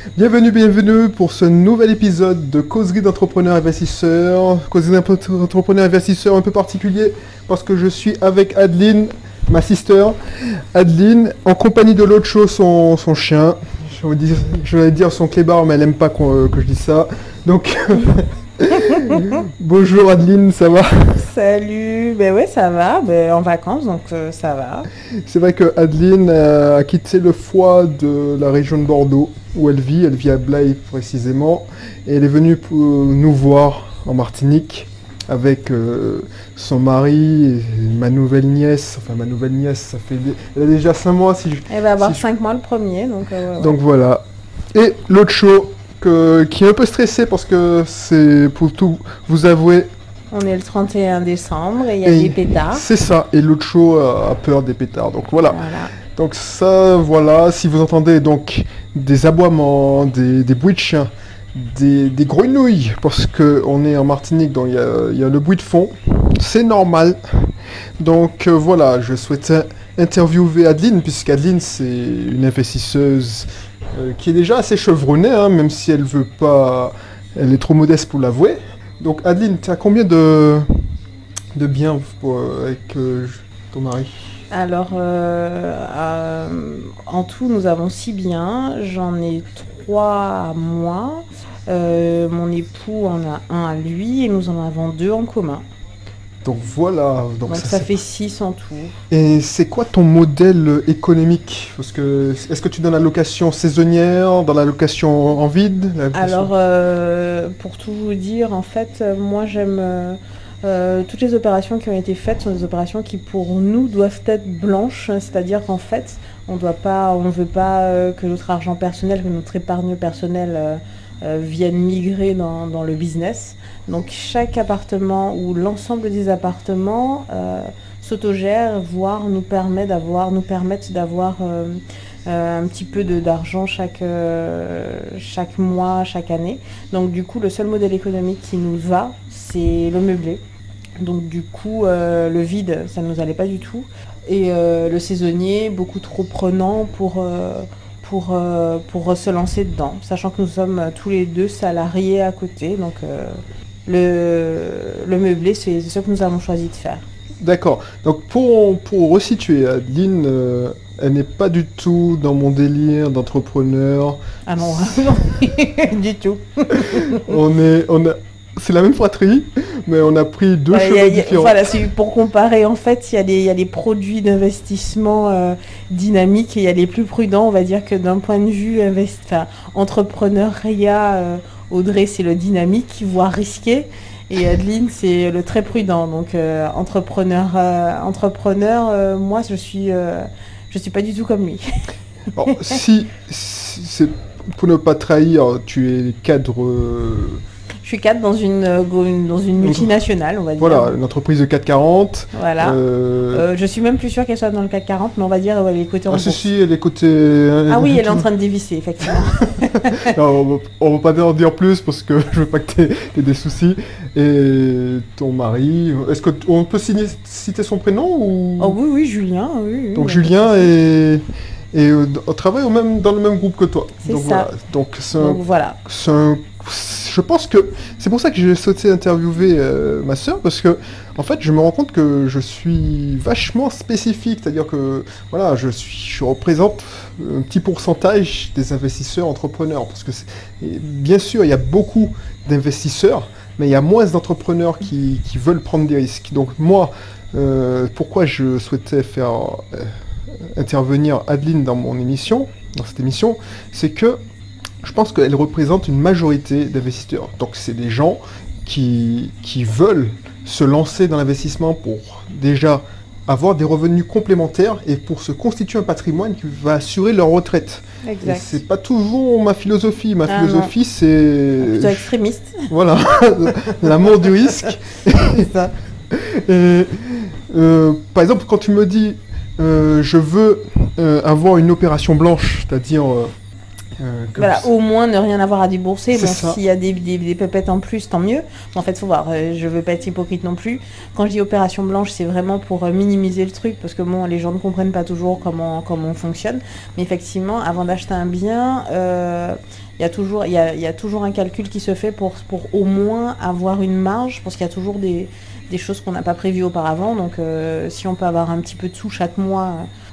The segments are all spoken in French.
Bienvenue pour ce nouvel épisode de Causerie d'entrepreneurs investisseurs. Causerie d'entrepreneurs investisseurs un peu particulier parce que je suis avec Adeline, ma sister. Adeline, en compagnie de l'autre chose, son chien. Je vais dire son clébard, mais elle aime pas que je dise ça. Donc, bonjour Adeline, ça va? Salut, ben ouais ça va, ben en vacances donc ça va. C'est vrai que Adeline a quitté le foie de la région de Bordeaux où elle vit à Blaye précisément, et elle est venue pour nous voir en Martinique avec son mari et ma nouvelle nièce, elle a déjà 5 mois si je... Elle va avoir si 5 mois le premier donc ouais. Donc voilà. Et l'autre show qui est un peu stressé parce que c'est pour tout vous avouer. On est le 31 décembre et il y a des pétards. C'est ça, et l'autre show a peur des pétards, donc voilà. Donc ça, voilà, si vous entendez donc des aboiements, des bruits de chiens, des grenouilles, parce qu'on est en Martinique, donc il y a le bruit de fond, c'est normal. Donc voilà, je souhaitais interviewer Adeline, puisqu'Adeline c'est une investisseuse qui est déjà assez chevronnée, hein, même si elle veut pas, elle est trop modeste pour l'avouer. Donc Adeline, tu as combien de biens avec ton mari? Alors en tout nous avons 6 biens, j'en ai 3 à moi, mon époux en a un à lui et nous en avons 2 en commun. Donc voilà. Donc ça fait 6 en tout. Et c'est quoi ton modèle économique? Parce que est-ce que tu donnes la location saisonnière, dans la location en vide? Alors pour tout vous dire, en fait, moi j'aime toutes les opérations qui ont été faites sont des opérations qui pour nous doivent être blanches, c'est-à-dire qu'en fait on veut pas que notre argent personnel, que notre épargne personnelle viennent migrer dans le business. Donc chaque appartement ou l'ensemble des appartements s'autogèrent, voire nous permettent d'avoir un petit peu d'argent chaque mois, chaque année. Donc du coup le seul modèle économique qui nous va, c'est le meublé. Donc du coup le vide, ça ne nous allait pas du tout. Et le saisonnier, beaucoup trop prenant pour se lancer dedans, sachant que nous sommes tous les deux salariés à côté, donc le meublé, c'est ce que nous avons choisi de faire. D'accord, donc pour resituer, Adeline, elle n'est pas du tout dans mon délire d'entrepreneur. Ah non, du tout. C'est la même fratrie, mais on a pris deux chemins différents. Voilà, pour comparer, en fait, il y a les produits d'investissement dynamiques et il y a les plus prudents. On va dire que d'un point de vue entrepreneuriat, Audrey, c'est le dynamique, voire risqué. Et Adeline, c'est le très prudent. Donc, entrepreneur, moi, je suis pas du tout comme lui. Bon, si c'est pour ne pas trahir, tu es cadre... Je suis cadre dans une multinationale, on va dire. Voilà, une entreprise de CAC 40. Voilà. Je suis même plus sûre qu'elle soit dans le CAC 40, mais on va dire elle est cotée en bourse. Si, elle est cotée... Ah oui, elle est en train de dévisser, effectivement. Non, on va pas en dire plus parce que je veux pas que tu aies des soucis. Et ton mari, est-ce qu'on peut citer son prénom ou... Oh oui, Julien. Oui, donc Julien et on travaille dans le même groupe que toi. C'est ça. Voilà. Je pense que c'est pour ça que j'ai souhaité interviewer ma sœur, parce que en fait je me rends compte que je suis vachement spécifique, c'est-à-dire que voilà, je représente un petit pourcentage des investisseurs entrepreneurs, parce que bien sûr il y a beaucoup d'investisseurs, mais il y a moins d'entrepreneurs qui veulent prendre des risques. Donc moi, pourquoi je souhaitais faire intervenir Adeline dans cette émission, c'est que je pense qu'elle représente une majorité d'investisseurs. Donc c'est des gens qui veulent se lancer dans l'investissement pour déjà avoir des revenus complémentaires et pour se constituer un patrimoine qui va assurer leur retraite. Exact. Et c'est pas toujours ma philosophie. Ma philosophie, c'est... plutôt extrémiste. Voilà, l'amour du risque. C'est ça. Et, par exemple, quand tu me dis je veux avoir une opération blanche, c'est-à-dire Voilà, au moins ne rien avoir à débourser. Bon, ça. s'il y a des pépettes en plus, tant mieux. En fait, faut voir. Je veux pas être hypocrite non plus. Quand je dis opération blanche, c'est vraiment pour minimiser le truc, parce que bon, les gens ne comprennent pas toujours comment on fonctionne. Mais effectivement, avant d'acheter un bien, il y a toujours un calcul qui se fait pour au moins avoir une marge, parce qu'il y a toujours des choses qu'on n'a pas prévues auparavant. Donc, si on peut avoir un petit peu de sous chaque mois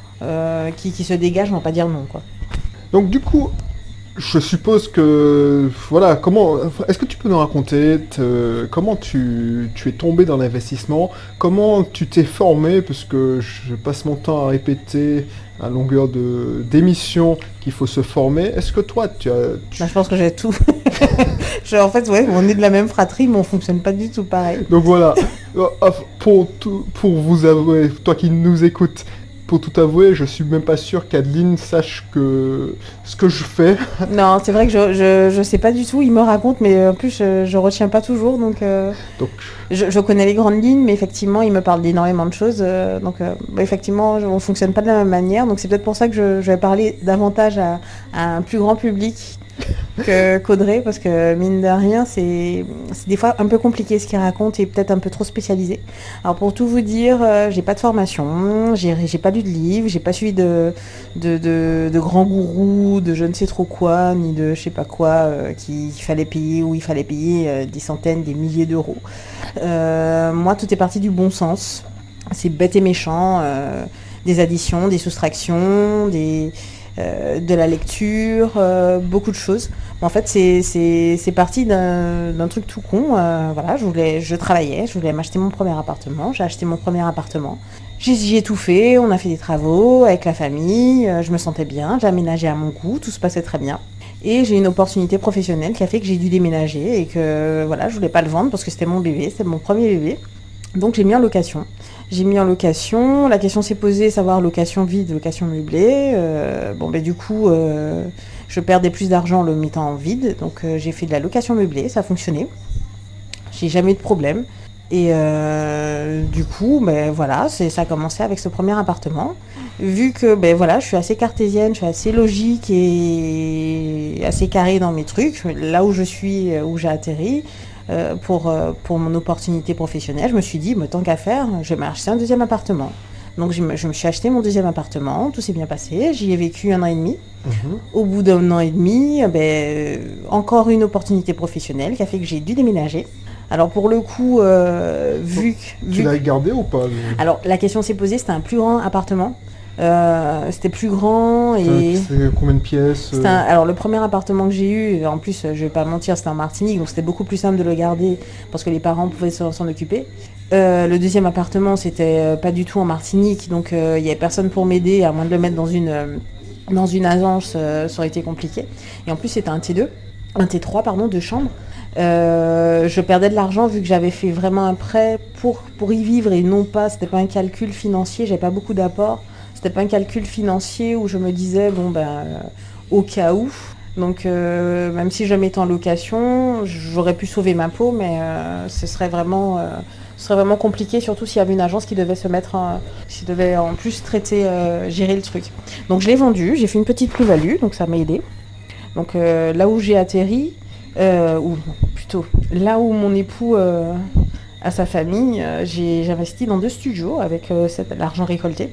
qui se dégage, on va pas dire non, quoi. Donc du coup, je suppose que, voilà, est-ce que tu peux nous raconter comment tu es tombé dans l'investissement, comment tu t'es formé, parce que je passe mon temps à répéter à longueur d'émissions qu'il faut se former. Est-ce que toi, Je pense que j'ai tout. En fait, ouais, on est de la même fratrie, mais on fonctionne pas du tout pareil. Donc voilà, pour vous avouer, toi qui nous écoutes, pour tout avouer, je suis même pas sûr qu'Adeline sache ce que je fais. Non, c'est vrai que je sais pas du tout. Il me raconte, mais en plus je retiens pas toujours. Donc je connais les grandes lignes, mais effectivement, il me parle d'énormément de choses. Effectivement, on fonctionne pas de la même manière. Donc c'est peut-être pour ça que je vais parler davantage à un plus grand public qu'Audrey, parce que mine de rien, c'est des fois un peu compliqué ce qu'il raconte et peut-être un peu trop spécialisé. Alors pour tout vous dire, j'ai pas de formation, j'ai pas lu de livre, j'ai pas suivi de grands gourous, de je ne sais trop quoi, ni de je sais pas quoi, qu'il fallait payer, ou il fallait payer des centaines, des milliers d'euros. Moi, tout est parti du bon sens. C'est bête et méchant, des additions, des soustractions, de la lecture, beaucoup de choses. En fait, c'est parti d'un truc tout con. Voilà, je travaillais, je voulais m'acheter mon premier appartement. J'ai acheté mon premier appartement. J'y ai tout fait, on a fait des travaux avec la famille, je me sentais bien, j'ai aménagé à mon goût, tout se passait très bien. Et j'ai une opportunité professionnelle qui a fait que j'ai dû déménager et que voilà, je voulais pas le vendre parce que c'était mon bébé, c'était mon premier bébé. Donc j'ai mis en location. La question s'est posée, savoir location vide, location meublée. Du coup, je perdais plus d'argent en le mettant en vide. Donc j'ai fait de la location meublée, ça a fonctionné. J'ai jamais eu de problème. Et du coup, ça a commencé avec ce premier appartement. Vu que je suis assez cartésienne, je suis assez logique et assez carrée dans mes trucs, là où je suis, où j'ai atterri, pour mon opportunité professionnelle, je me suis dit, tant qu'à faire, je vais m'acheter un deuxième appartement. Donc je me suis acheté mon deuxième appartement, tout s'est bien passé, j'y ai vécu 1 an et demi. Au bout d'1 an et demi, encore une opportunité professionnelle qui a fait que j'ai dû déménager. Alors pour le coup, Tu l'as gardé ou pas Alors la question s'est posée, c'était un plus grand appartement. C'était plus grand et... C'est combien de pièces Alors le premier appartement que j'ai eu, en plus je vais pas mentir, c'était en Martinique, donc c'était beaucoup plus simple de le garder parce que les parents pouvaient s'en occuper. Le deuxième appartement, c'était pas du tout en Martinique, donc il y avait personne pour m'aider, à moins de le mettre dans une agence, ça aurait été compliqué. Et en plus c'était un T3 pardon, 2 chambres. Je perdais de l'argent vu que j'avais fait vraiment un prêt pour y vivre et non pas, c'était pas un calcul financier, j'avais pas beaucoup d'apports. C'était pas un calcul financier où je me disais, au cas où. Donc, même si je mettais en location, j'aurais pu sauver ma peau, mais ce serait vraiment compliqué, surtout s'il y avait une agence qui devait qui devait en plus gérer le truc. Donc, je l'ai vendu, j'ai fait une petite plus-value, donc ça m'a aidé. Donc, là où j'ai atterri, ou plutôt, là où mon époux a sa famille, j'ai investi dans 2 studios avec l'argent récolté.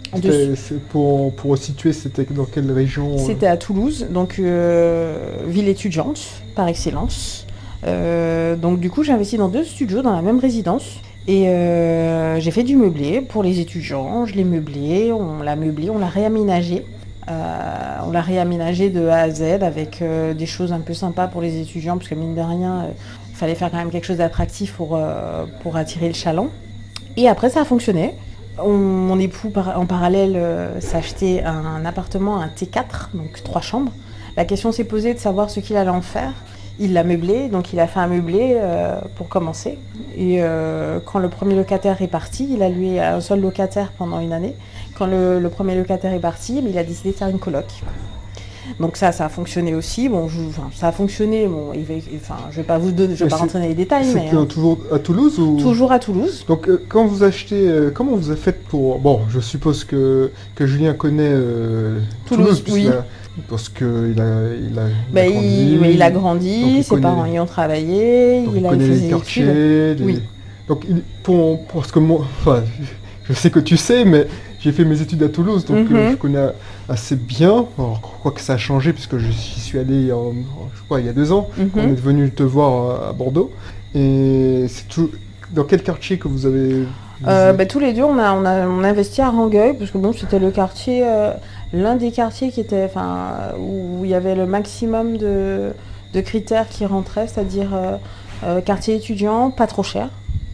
Pour situer, c'était dans quelle région C'était à Toulouse, donc ville étudiante par excellence. Donc du coup, j'ai investi dans 2 studios dans la même résidence. Et j'ai fait du meublé pour les étudiants, je l'ai meublé, on l'a réaménagé. On l'a réaménagé de A à Z avec des choses un peu sympas pour les étudiants, parce que mine de rien, il fallait faire quand même quelque chose d'attractif pour attirer le chaland. Et après, ça a fonctionné. Mon époux, en parallèle, s'achetait un appartement, un T4, donc 3 chambres. La question s'est posée de savoir ce qu'il allait en faire. Il l'a meublé, donc il a fait un meublé pour commencer. Et quand le premier locataire est parti, il a loué à un seul locataire pendant 1 année. Quand le premier locataire est parti, il a décidé de faire une coloc. Donc ça a fonctionné aussi. Ça a fonctionné. Je vais pas rentrer dans les détails. C'était toujours à Toulouse ou... Toujours à Toulouse. Donc quand vous achetez, comment vous avez fait pour... Bon, je suppose que Julien connaît Toulouse, oui. Parce qu'il a grandi. Oui, il a grandi, ses parents y ont travaillé, il a fait ses études. Oui. Donc, parce que moi, je sais que tu sais, mais j'ai fait mes études à Toulouse, donc je connais assez bien. Alors, je crois que ça a changé, puisque j'y suis allé je crois, il y a 2 ans, quand on est venu te voir à Bordeaux. Et c'est tout. Dans quel quartier que vous avez tous les deux, on a investi à Rangueil, parce que bon, c'était le quartier, l'un des quartiers qui était, où il y avait le maximum de critères qui rentraient, c'est-à-dire quartier étudiant, pas trop cher,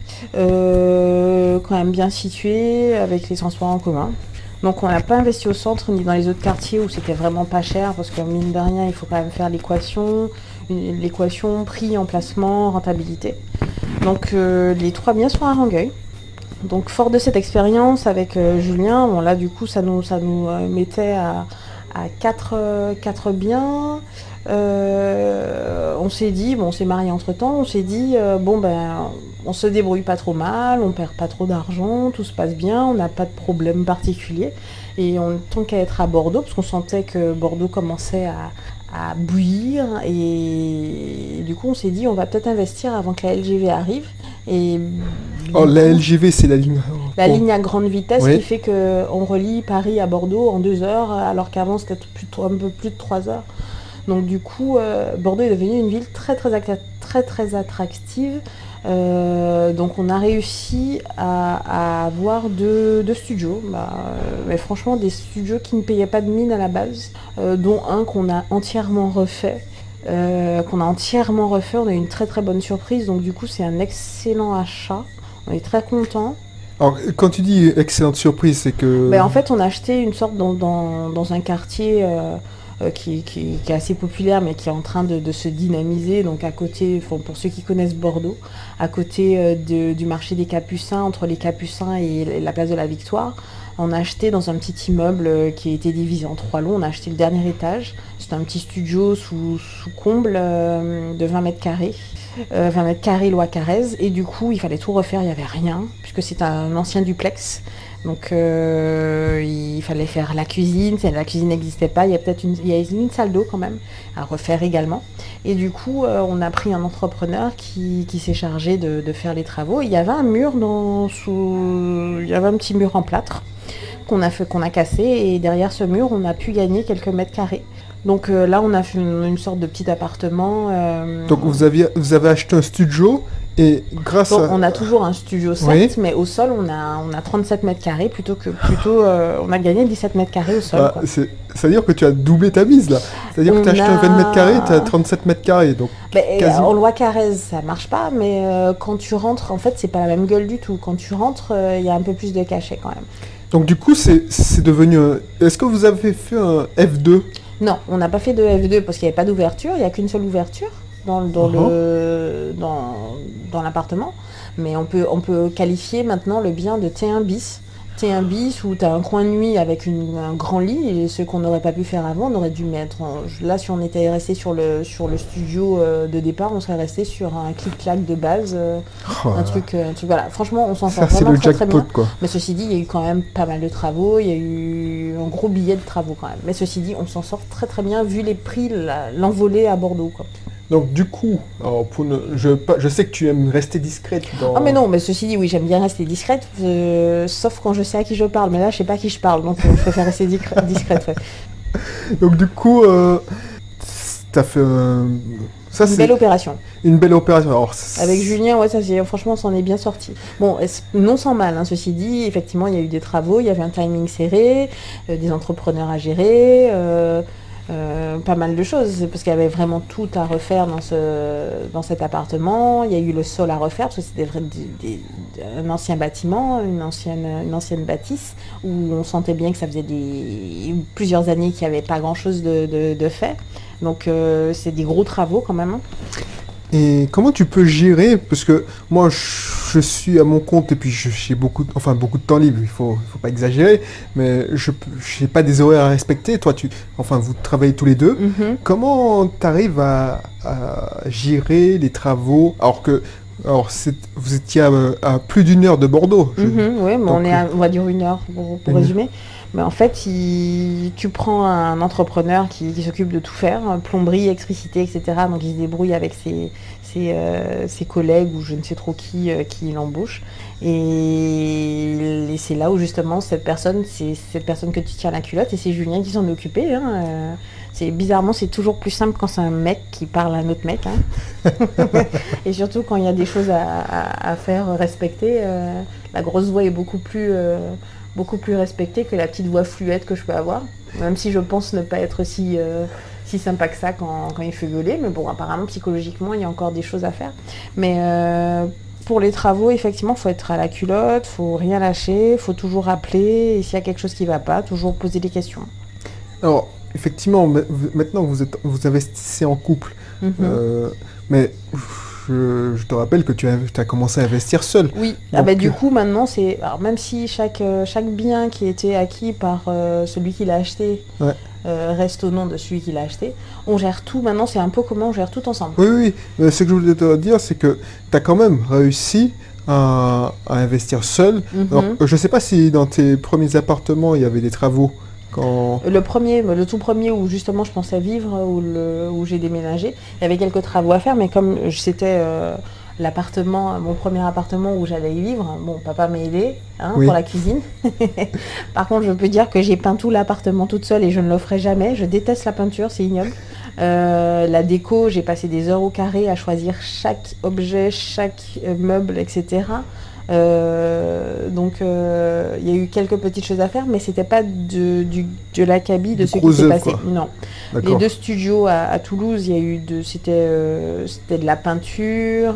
quand même bien situé, avec les transports en commun. Donc on n'a pas investi au centre ni dans les autres quartiers où c'était vraiment pas cher, parce que mine de rien, il faut quand même faire l'équation prix, emplacement, rentabilité. Donc les 3 biens sont à Rangueil. Donc fort de cette expérience avec Julien, bon là du coup ça nous mettait à 4 biens. On s'est dit, bon on s'est mariés entre temps, on s'est dit on se débrouille pas trop mal, on perd pas trop d'argent, tout se passe bien, on n'a pas de problème particulier. Et tant qu'à être à Bordeaux, parce qu'on sentait que Bordeaux commençait à bouillir, et du coup on s'est dit on va peut-être investir avant que la LGV arrive. Et la LGV, c'est la ligne... La ligne à grande vitesse, qui fait qu'on relie Paris à Bordeaux en 2 heures, alors qu'avant c'était un peu plus de 3 heures. Donc du coup, Bordeaux est devenue une ville très très attractive. Donc on a réussi à avoir deux studios, mais franchement des studios qui ne payaient pas de mine à la base, dont un qu'on a entièrement refait. On a eu une très très bonne surprise, donc du coup c'est un excellent achat, on est très contents. Alors quand tu dis excellente surprise, c'est que... En fait on a acheté une sorte dans un quartier qui est assez populaire, mais qui est en train de se dynamiser, donc à côté, pour ceux qui connaissent Bordeaux, à côté du marché des Capucins, entre les Capucins et la place de la Victoire. On a acheté dans un petit immeuble qui a été divisé en 3 lots, on a acheté le dernier étage. C'est un petit studio sous comble de 20 mètres carrés. 20 mètres carrés loi Carrez, et du coup il fallait tout refaire, il n'y avait rien, puisque c'est un ancien duplex. Donc il fallait faire la cuisine, la cuisine n'existait pas, il y a une salle d'eau quand même à refaire également. Et du coup on a pris un entrepreneur qui s'est chargé de faire les travaux. Il y avait un mur il y avait un petit mur en plâtre qu'on a cassé, et derrière ce mur on a pu gagner quelques mètres carrés. Donc là on a fait une sorte de petit appartement. Donc vous avez acheté un studio. Et on a toujours un studio 7, mais au sol on a 37 mètres carrés plutôt on a gagné 17 mètres carrés au sol. C'est-à-dire que tu as doublé ta mise là. C'est-à-dire que tu as acheté un 20 mètres carrés, tu as 37 mètres carrés. Donc en loi Carrez ça marche pas, mais quand tu rentres, en fait c'est pas la même gueule du tout. Quand tu rentres, il y a un peu plus de cachet quand même. Donc du coup c'est devenu Est-ce que vous avez fait un F2 ? Non, on n'a pas fait de F2 parce qu'il n'y avait pas d'ouverture, il n'y a qu'une seule ouverture dans l'appartement, mais on peut qualifier maintenant le bien de T1 bis. T1 bis où tu as un coin de nuit avec un grand lit, et ce qu'on n'aurait pas pu faire avant, on aurait dû mettre... Là, si on était resté sur le studio de départ, on serait resté sur un clic-clac de base, un truc voilà. Franchement, on s'en sort vraiment très bien. Quoi. Mais ceci dit, il y a eu quand même pas mal de travaux, il y a eu un gros billet de travaux quand même. Mais ceci dit, on s'en sort très très bien vu les prix, l'envolée à Bordeaux, quoi. Donc du coup, alors je sais que tu aimes rester discrète dans... Ah mais non, mais ceci dit, oui, j'aime bien rester discrète, sauf quand je sais à qui je parle. Mais là, je sais pas à qui je parle, donc je préfère rester discrète. Ouais. Donc du coup, t'as fait une belle opération. Une belle opération. Alors, avec Julien, ouais, franchement, on s'en est bien sorti. Bon, non sans mal, hein, ceci dit, effectivement, il y a eu des travaux, il y avait un timing serré, des entrepreneurs à gérer... pas mal de choses, parce qu'il y avait vraiment tout à refaire dans cet appartement. Il y a eu le sol à refaire, parce que c'était un ancien bâtiment, une ancienne bâtisse, où on sentait bien que ça faisait plusieurs années qu'il n'y avait pas grand-chose de fait. Donc c'est des gros travaux quand même. Et comment tu peux gérer, parce que moi je suis à mon compte et puis j'ai beaucoup de temps libre, il faut pas exagérer, mais je n'ai pas des horaires à respecter. Toi vous travaillez tous les deux. Mm-hmm. Comment tu arrives à gérer les travaux vous étiez à plus d'1 heure de Bordeaux. Oui, mais on va dire 1 heure pour résumer. Mais en fait, tu prends un entrepreneur qui s'occupe de tout faire, plomberie, électricité, etc. Donc il se débrouille avec ses collègues ou je ne sais trop qui l'embauche. Et c'est là où justement cette personne, c'est cette personne que tu tiens la culotte et c'est Julien qui s'en est occupé. Hein. Bizarrement, c'est toujours plus simple quand c'est un mec qui parle à un autre mec. Hein. Et surtout quand il y a des choses à faire respecter, la grosse voix est beaucoup plus respectée que la petite voix fluette que je peux avoir. Même si je pense ne pas être si sympa que ça quand il fait gueuler. Mais bon, apparemment, psychologiquement, il y a encore des choses à faire. Mais pour les travaux, effectivement, il faut être à la culotte, il faut rien lâcher, il faut toujours appeler. Et s'il y a quelque chose qui ne va pas, toujours poser des questions. Alors, effectivement, maintenant vous investissez en couple, mais je te rappelle que tu as commencé à investir seul. Oui, donc, du coup maintenant c'est... Alors, même si chaque bien qui était acquis par celui qui l'a acheté reste au nom de celui qui l'a acheté, on gère tout maintenant, c'est un peu comment on gère tout ensemble. Oui, mais ce que je voulais te dire, c'est que tu as quand même réussi à investir seul. Alors, je ne sais pas si dans tes premiers appartements il y avait des travaux. Le tout premier où justement je pensais vivre, où j'ai déménagé, il y avait quelques travaux à faire, mais comme c'était mon premier appartement où j'allais y vivre, bon, papa m'a aidé pour la cuisine. Par contre, je peux dire que j'ai peint tout l'appartement toute seule et je ne le ferai jamais. Je déteste la peinture, c'est ignoble. La déco, j'ai passé des heures au carré à choisir chaque objet, chaque meuble, etc. Donc il y a eu quelques petites choses à faire, mais c'était pas de l'acabit de ce qui s'est passé. Non. Les 2 studios à Toulouse, il y a eu c'était de la peinture,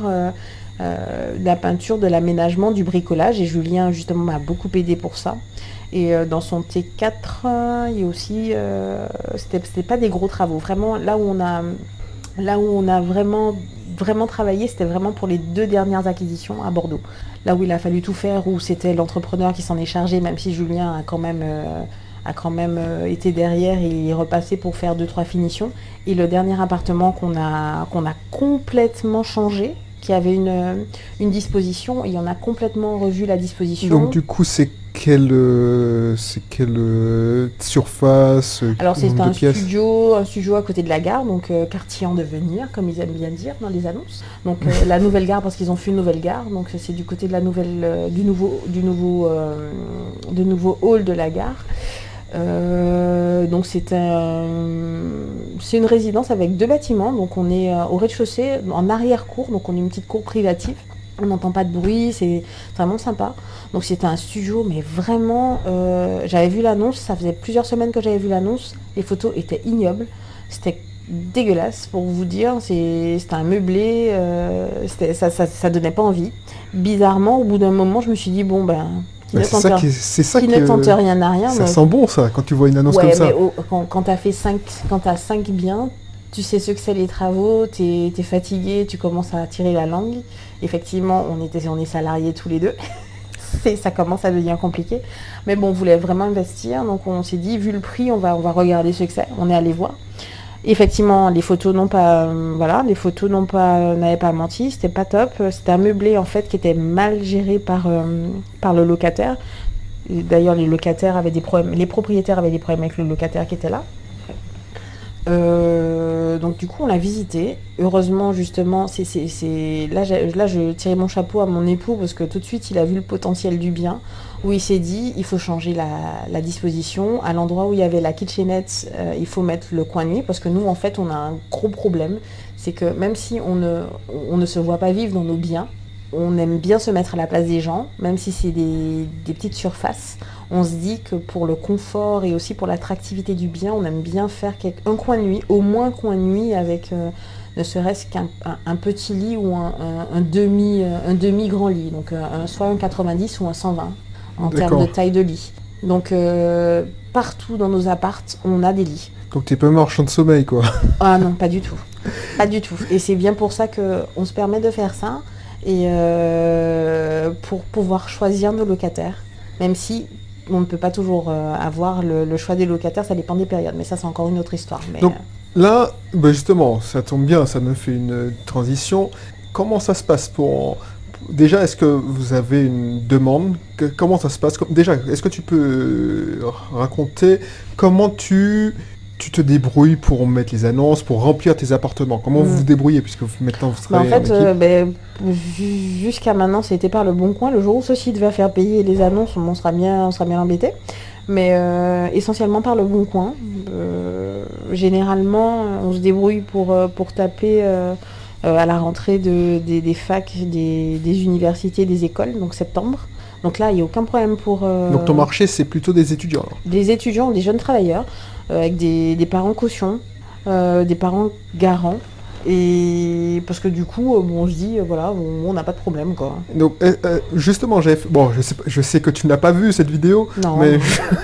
de l'aménagement, du bricolage, et Julien justement m'a beaucoup aidé pour ça. Et dans son T4, il y a aussi, c'était pas des gros travaux. Vraiment, là où on a vraiment travaillé, c'était vraiment pour les 2 dernières acquisitions à Bordeaux. Là où il a fallu tout faire, où c'était l'entrepreneur qui s'en est chargé, même si Julien a quand même été derrière et il est repassé pour faire 2-3 finitions. Et le dernier appartement qu'on a complètement changé, qui avait une disposition, et on a complètement revu la disposition. Donc du coup, c'est quelle surface? Alors c'est un studio à côté de la gare, donc quartier en devenir, comme ils aiment bien dire dans les annonces. Donc la nouvelle gare, parce qu'ils ont fait une nouvelle gare, donc c'est du côté de la du nouveau hall de la gare. Donc c'est une résidence avec 2 bâtiments, donc on est au rez-de-chaussée, en arrière-cour, donc on a une petite cour privative. On n'entend pas de bruit, c'est vraiment sympa. Donc c'était un studio, mais vraiment, j'avais vu l'annonce, ça faisait plusieurs semaines que j'avais vu l'annonce, les photos étaient ignobles, c'était dégueulasse pour vous dire, c'était un meublé, ça donnait pas envie. Bizarrement, au bout d'un moment, je me suis dit, bon ben... Qui ne tente rien n'a rien. Ça sent bon ça, quand tu vois une annonce comme ça. Mais quand t'as 5 biens, tu sais ce que c'est les travaux, t'es fatigué, tu commences à tirer la langue. Effectivement, on est salariés tous les 2. Ça commence à devenir compliqué. Mais bon, on voulait vraiment investir, donc on s'est dit, vu le prix, on va regarder ce que c'est. On est allé voir. Effectivement, les photos n'avaient pas menti, c'était pas top. C'était un meublé en fait qui était mal géré par le locataire. D'ailleurs, les locataires avaient des problèmes, les propriétaires avaient des problèmes avec le locataire qui était là. Donc du coup, on l'a visité. Heureusement, justement, là, je tirais mon chapeau à mon époux parce que tout de suite, il a vu le potentiel du bien. Où il s'est dit, il faut changer la disposition. À l'endroit où il y avait la kitchenette, il faut mettre le coin nuit parce que nous, en fait, on a un gros problème. C'est que même si on ne se voit pas vivre dans nos biens, on aime bien se mettre à la place des gens, même si c'est des petites surfaces. On se dit que pour le confort et aussi pour l'attractivité du bien, on aime bien faire un coin de nuit, au moins un coin de nuit avec ne serait-ce qu'un petit lit ou un demi-grand lit. Donc soit un 90 ou un 120 en termes de taille de lit. Donc partout dans nos appartes, on a des lits. Donc t'es pas marchand de sommeil quoi. Ah non, pas du tout. Pas du tout. Et c'est bien pour ça qu'on se permet de faire ça. Et pour pouvoir choisir nos locataires, même si on ne peut pas toujours avoir le choix des locataires, ça dépend des périodes, mais ça c'est encore une autre histoire. Mais, donc là, justement, ça tombe bien, ça me fait une transition. Comment ça se passe pour déjà, est-ce que vous avez une demande? Comment ça se passe? Déjà, est-ce que tu peux raconter comment tu te débrouilles pour mettre les annonces, pour remplir tes appartements? Comment vous vous débrouillez, puisque maintenant vous Bah, en travaillez en équipe? fait, jusqu'à maintenant, c'était par le Bon Coin. Le jour où ceci devait faire payer les annonces, on sera bien embêté. Mais essentiellement par le Bon Coin. Généralement, on se débrouille pour taper à la rentrée des facs, des universités, des écoles, donc septembre. Donc là, il n'y a aucun problème pour... Donc ton marché, c'est plutôt des étudiants, alors. Des étudiants, des jeunes travailleurs, avec des parents caution, des parents garants. Et parce que du coup, on se dit, voilà, on n'a pas de problème, quoi. Donc, justement, bon, je sais que tu n'as pas vu cette vidéo, Non. mais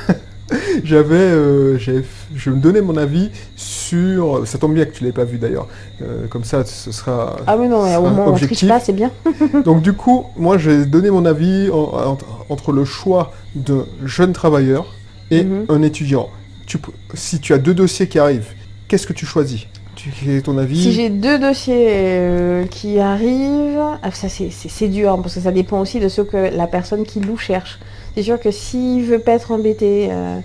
je me donnais mon avis sur... Ça tombe bien que tu ne l'aies pas vu d'ailleurs. Comme ça, ce sera Ah mais non, mais au moins on triche pas, c'est bien. Donc du coup, moi j'ai donné mon avis entre le choix d'un jeune travailleur et un étudiant. Si tu as deux dossiers qui arrivent, qu'est-ce que tu choisis? Quel est ton avis? Si j'ai deux dossiers qui arrivent, ça c'est dur, parce que ça dépend aussi de ce que la personne qui loue cherche. C'est sûr que s'il veut pas être embêté,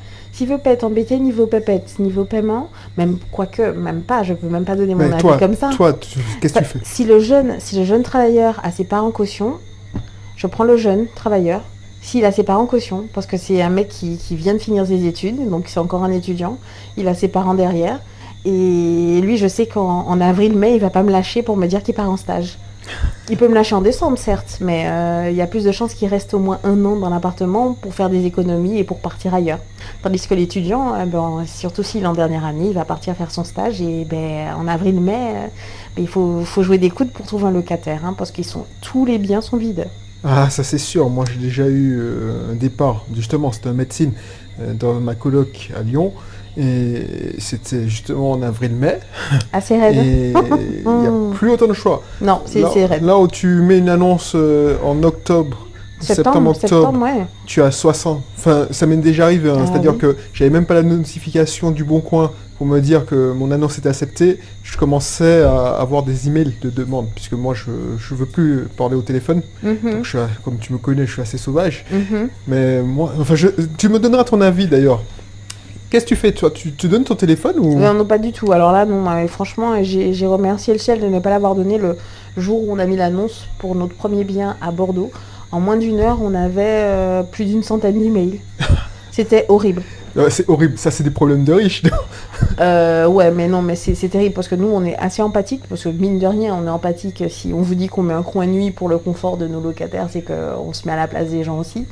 niveau pépette, niveau paiement, même pas, je peux même pas donner mon avis comme ça. Toi, qu'est-ce que tu fais? Si le jeune travailleur a ses parents caution, je prends le jeune travailleur. S'il a ses parents caution, parce que c'est un mec qui vient de finir ses études, donc c'est encore un étudiant, il a ses parents derrière, et lui, je sais qu'en avril-mai, il va pas me lâcher pour me dire qu'il part en stage. Il peut me lâcher en décembre, certes, mais il y a plus de chances qu'il reste au moins 1 an dans l'appartement pour faire des économies et pour partir ailleurs. Tandis que l'étudiant, surtout s'il est en dernière année, il va partir faire son stage et en avril-mai, il faut jouer des coudes pour trouver un locataire, hein, parce que tous les biens sont vides. Ah, ça c'est sûr. Moi, j'ai déjà eu un départ. Justement, c'était en médecine dans ma coloc à Lyon. Et c'était justement en avril-mai. Assez raide. Et il n'y a plus autant de choix. Non, c'est raide. Là où tu mets une annonce en octobre, septembre, ouais. Tu as 60. Enfin, ça m'est déjà arrivé. Hein, c'est-à-dire que j'avais même pas la notification du Bon Coin pour me dire que mon annonce était acceptée. Je commençais à avoir des emails de demande, puisque moi, je veux plus parler au téléphone. Donc, comme tu me connais, je suis assez sauvage. Mais moi, tu me donneras ton avis d'ailleurs. Qu'est-ce que tu fais, toi? Tu donnes ton téléphone ou... Non, pas du tout. Alors là, non, franchement, j'ai remercié le ciel de ne pas l'avoir donné le jour où on a mis l'annonce pour notre premier bien à Bordeaux. En moins d'1 heure, on avait plus d'100 d'emails. C'était horrible. C'est horrible, ça c'est des problèmes de riches. Ouais, mais non, mais c'est terrible parce que nous on est assez empathique, parce que mine de rien, on est empathique. Si on vous dit qu'on met un coin nuit pour le confort de nos locataires, c'est qu'on se met à la place des gens aussi.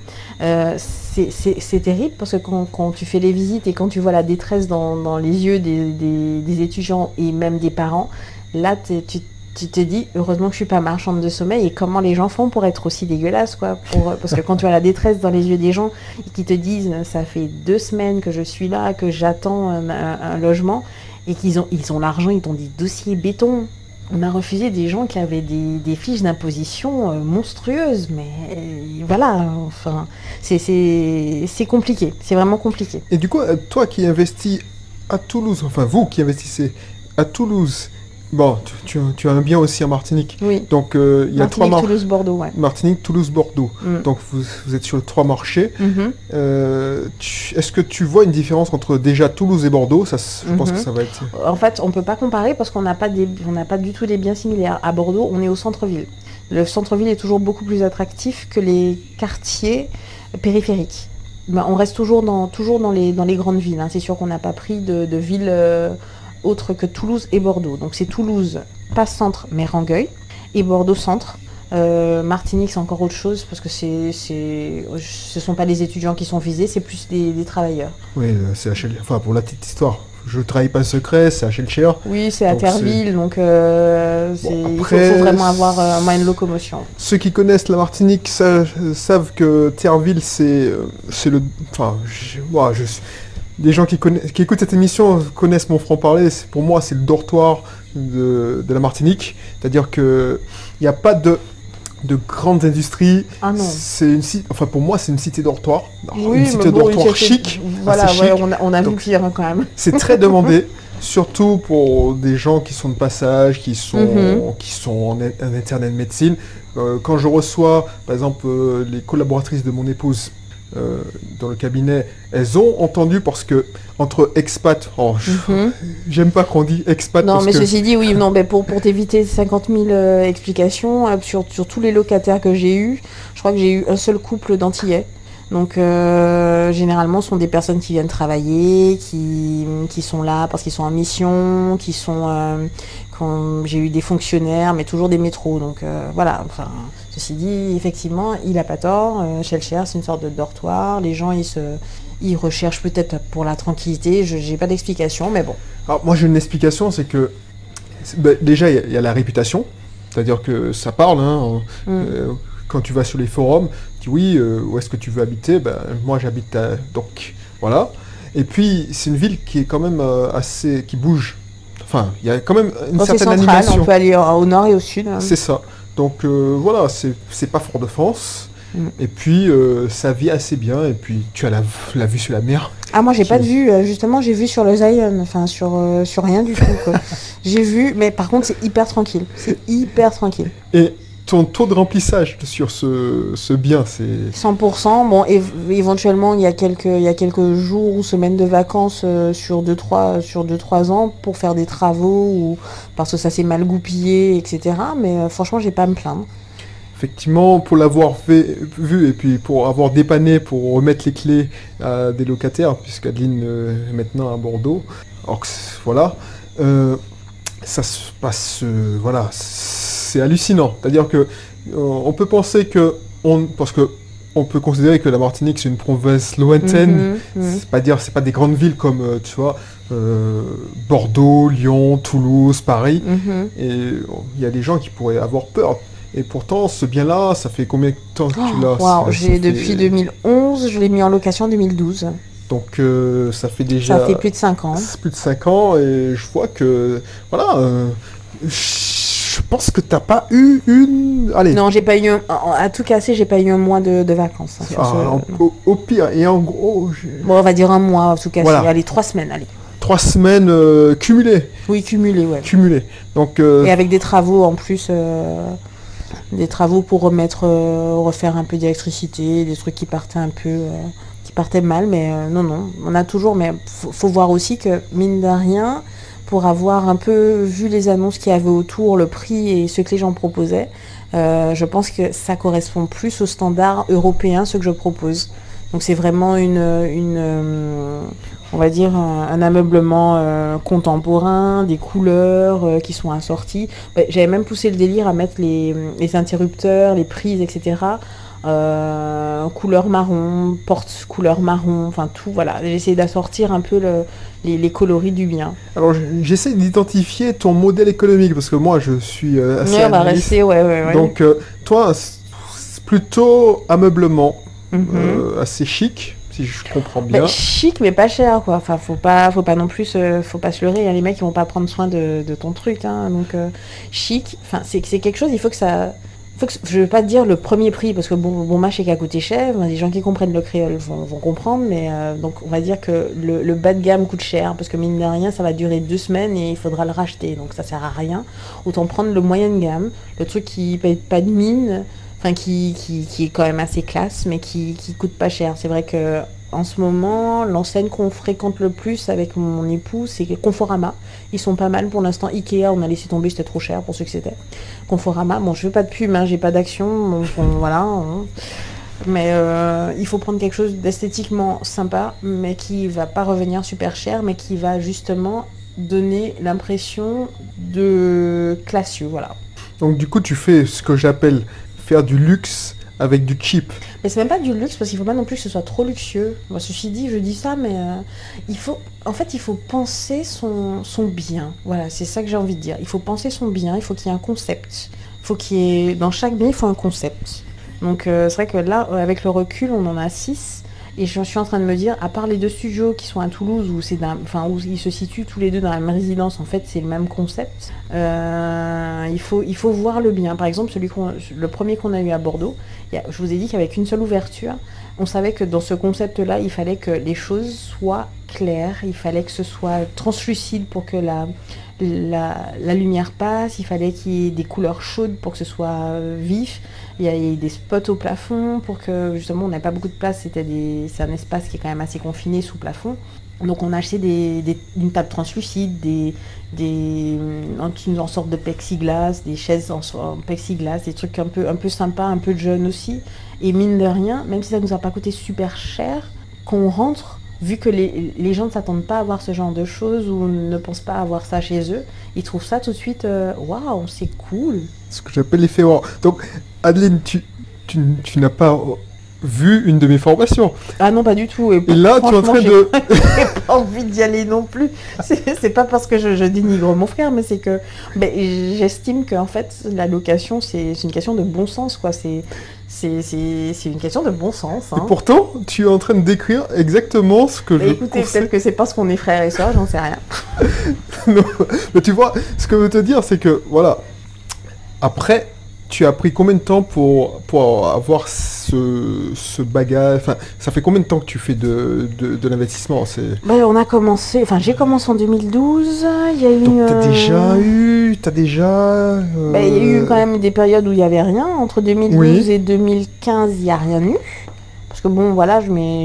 C'est terrible parce que quand tu fais les visites et quand tu vois la détresse dans les yeux des étudiants et même des parents, là tu te dis, heureusement que je suis pas marchande de sommeil, et comment les gens font pour être aussi dégueulasses, quoi. Parce que quand tu as la détresse dans les yeux des gens et qui te disent, ça fait 2 semaines que je suis là, que j'attends un logement, et ils ont l'argent, ils t'ont dit dossier béton. On a refusé des gens qui avaient des fiches d'imposition monstrueuses, mais voilà, enfin, c'est compliqué, c'est vraiment compliqué. Et du coup, toi qui investis à Toulouse, enfin vous qui investissez à Toulouse, bon, tu as un bien aussi en Martinique. Oui. Donc, il y a 3 marchés. Toulouse, Bordeaux, ouais. Martinique, Toulouse, Bordeaux. Donc, vous êtes sur les 3 marchés. Est-ce que tu vois une différence entre déjà Toulouse et Bordeaux? Ça, je pense que ça va être... En fait, on ne peut pas comparer parce qu'on n'a pas du tout des biens similaires. À Bordeaux, on est au centre-ville. Le centre-ville est toujours beaucoup plus attractif que les quartiers périphériques. On reste toujours dans les grandes villes, hein. C'est sûr qu'on n'a pas pris de villes... autre que Toulouse et Bordeaux. Donc c'est Toulouse, pas centre, mais Rangueil, et Bordeaux centre. Martinique, c'est encore autre chose, parce que ce sont pas les étudiants qui sont visés, c'est plus des travailleurs. Oui, c'est enfin, pour la petite histoire, je trahis pas le secret, c'est HLCR. Oui, c'est à Terville, donc il faut vraiment avoir un moyen de locomotion. Ceux qui connaissent la Martinique savent que Terville, c'est le... Enfin, les gens qui écoutent cette émission connaissent mon franc-parler. Pour moi, c'est le dortoir de la Martinique. C'est-à-dire qu'il n'y a pas de grandes industries. Ah non. Enfin, pour moi, c'est une cité dortoir. Oui, une cité dortoir chic. Voilà, chic. On a vu pire quand même. C'est très demandé, surtout pour des gens qui sont de passage, qui sont en internat de médecine. Quand je reçois, par exemple, les collaboratrices de mon épouse dans le cabinet, elles ont entendu parce que entre expat, j'aime pas qu'on dit expat. Non, parce mais que... ceci dit, oui, non, mais pour t'éviter 50 000 explications, sur tous les locataires que j'ai eus, je crois que j'ai eu un seul couple d'Antillais. Donc généralement, ce sont des personnes qui viennent travailler, qui sont là parce qu'ils sont en mission, j'ai eu des fonctionnaires, mais toujours des métros. Donc voilà, enfin, ceci dit, effectivement, il n'a pas tort. Shellshare, c'est une sorte de dortoir. Les gens, ils recherchent peut-être pour la tranquillité. Je n'ai pas d'explication, mais bon. Alors moi, j'ai une explication, c'est que déjà, il y a la réputation. C'est-à-dire que ça parle, hein. Quand tu vas sur les forums, tu dis oui, où est-ce que tu veux habiter? Moi j'habite à... Donc voilà. Et puis c'est une ville qui est quand même assez... qui bouge. Enfin, il y a quand même une certaine central, animation. On peut aller au nord et au sud. Hein. C'est ça. Donc voilà, c'est pas Fort-de-France. Et puis ça vit assez bien. Et puis tu as la vue sur la mer. Ah, moi j'ai pas de vue. Justement, j'ai vu sur le Zion. Enfin, sur rien du tout. Quoi. J'ai vu, mais par contre c'est hyper tranquille. C'est hyper tranquille. Et ton taux de remplissage sur ce bien, c'est... 100%. Bon, éventuellement, il y a quelques jours ou semaines de vacances sur 2-3 ans pour faire des travaux ou parce que ça s'est mal goupillé, etc. Mais franchement, j'ai pas à me plaindre. Effectivement, pour l'avoir vu et puis pour avoir dépanné pour remettre les clés à des locataires, puisqu'Adeline est maintenant à Bordeaux, alors que voilà, ça se passe, voilà, c'est hallucinant. C'est-à-dire que on peut penser que parce que on peut considérer que la Martinique c'est une province lointaine. C'est pas des grandes villes comme tu vois Bordeaux, Lyon, Toulouse, Paris. Et il y a des gens qui pourraient avoir peur. Et pourtant, ce bien-là, ça fait combien de temps que tu l'as? Depuis 2011, je l'ai mis en location en 2012. Donc ça fait déjà... Ça fait plus de 5 ans. Plus de 5 ans, et je vois que... Voilà, je pense que t'as pas eu une... Allez. Non, j'ai pas eu... À tout casser, j'ai pas eu un mois de vacances. Hein, au pire, et en gros... Bon, on va dire un mois, à tout casser. Voilà. Allez, 3 semaines, allez. 3 semaines cumulées. Oui, cumulées, ouais. Cumulées. Donc, et avec des travaux en plus... Des travaux pour refaire un peu d'électricité, des trucs qui partaient un peu... qui partaient mal, mais non. On a toujours... Mais faut voir aussi que, mine de rien... Pour avoir un peu vu les annonces qu'il y avait autour, le prix et ce que les gens proposaient, je pense que ça correspond plus aux standards européens, ce que je propose. Donc c'est vraiment on va dire un ameublement contemporain, des couleurs qui sont assorties. J'avais même poussé le délire à mettre les interrupteurs, les prises, etc. Couleur marron, porte couleur marron, enfin tout, voilà. J'ai essayé d'assortir un peu les coloris du bien. Alors j'essaie d'identifier ton modèle économique, parce que moi je suis assez on va rester, ouais. Donc toi, c'est plutôt ameublement, assez chic, si je comprends bien. Chic mais pas cher, quoi. Enfin, faut pas non plus, faut pas se leurrer, hein. Les mecs ils vont pas prendre soin de ton truc, hein. Donc chic, enfin c'est quelque chose, il faut que ça... je veux pas te dire le premier prix, parce que bon match est qu'à coûter cher, les gens qui comprennent le créole vont comprendre, mais donc on va dire que le bas de gamme coûte cher, parce que mine de rien ça va durer 2 semaines et il faudra le racheter, donc ça sert à rien. Autant prendre le moyen de gamme, le truc qui paye pas de mine, enfin qui est quand même assez classe, mais qui coûte pas cher. C'est vrai que en ce moment, l'enseigne qu'on fréquente le plus avec mon époux, c'est Conforama. Ils sont pas mal pour l'instant. Ikea, on a laissé tomber, c'était trop cher pour ceux que c'était. Conforama, bon, je veux pas de pub, hein, j'ai pas d'action, donc voilà. Hein. Mais il faut prendre quelque chose d'esthétiquement sympa, mais qui va pas revenir super cher, mais qui va justement donner l'impression de classieux, voilà. Donc du coup, tu fais ce que j'appelle faire du luxe avec du cheap. Mais c'est même pas du luxe, parce qu'il faut pas non plus que ce soit trop luxueux. Moi, ceci dit, je dis ça, mais il faut penser son bien. Voilà, c'est ça que j'ai envie de dire. Il faut penser son bien, il faut qu'il y ait un concept. Dans chaque bien, il faut un concept. Donc c'est vrai que là, avec le recul, on en a 6. Et je suis en train de me dire, à part les 2 studios qui sont à Toulouse, où ils se situent tous les deux dans la même résidence, en fait, c'est le même concept. Il faut voir le bien. Par exemple, le premier qu'on a eu à Bordeaux, je vous ai dit qu'avec une seule ouverture, on savait que dans ce concept-là, il fallait que les choses soient claires, il fallait que ce soit translucide pour que la lumière passe, il fallait qu'il y ait des couleurs chaudes pour que ce soit vif. Il y a des spots au plafond pour que justement on n'avait pas beaucoup de place, c'est un espace qui est quand même assez confiné sous plafond. Donc on a acheté une table translucide, en sorte de plexiglas, des chaises en plexiglas, des trucs un peu sympas, un peu jeunes aussi. Et mine de rien, même si ça nous a pas coûté super cher, quand on rentre, vu que les gens ne s'attendent pas à voir ce genre de choses ou ne pensent pas avoir ça chez eux, ils trouvent ça tout de suite, waouh, c'est cool. Ce que j'appelle l'effet wow. Donc, Adeline, tu n'as pas vu une de mes formations. Ah non, pas du tout. Et là, tu es en train de... j'ai pas envie d'y aller non plus. C'est pas parce que je dénigre mon frère, mais c'est que j'estime qu'en fait, la location, c'est une question de bon sens, quoi. C'est une question de bon sens. Hein. Et pourtant, tu es en train de décrire exactement ce que je écoutez, peut-être que c'est parce qu'on est frères et sœurs, j'en sais rien. Non, mais tu vois, ce que je veux te dire, c'est que, voilà, après, tu as pris combien de temps pour avoir ce bagage, enfin, ça fait combien de temps que tu fais de l'investissement? On a commencé, enfin, j'ai commencé en 2012, il y a eu... Donc t'as déjà... il y a eu quand même des périodes où il n'y avait rien, entre 2012 et 2015, il n'y a rien eu. Parce que bon, voilà,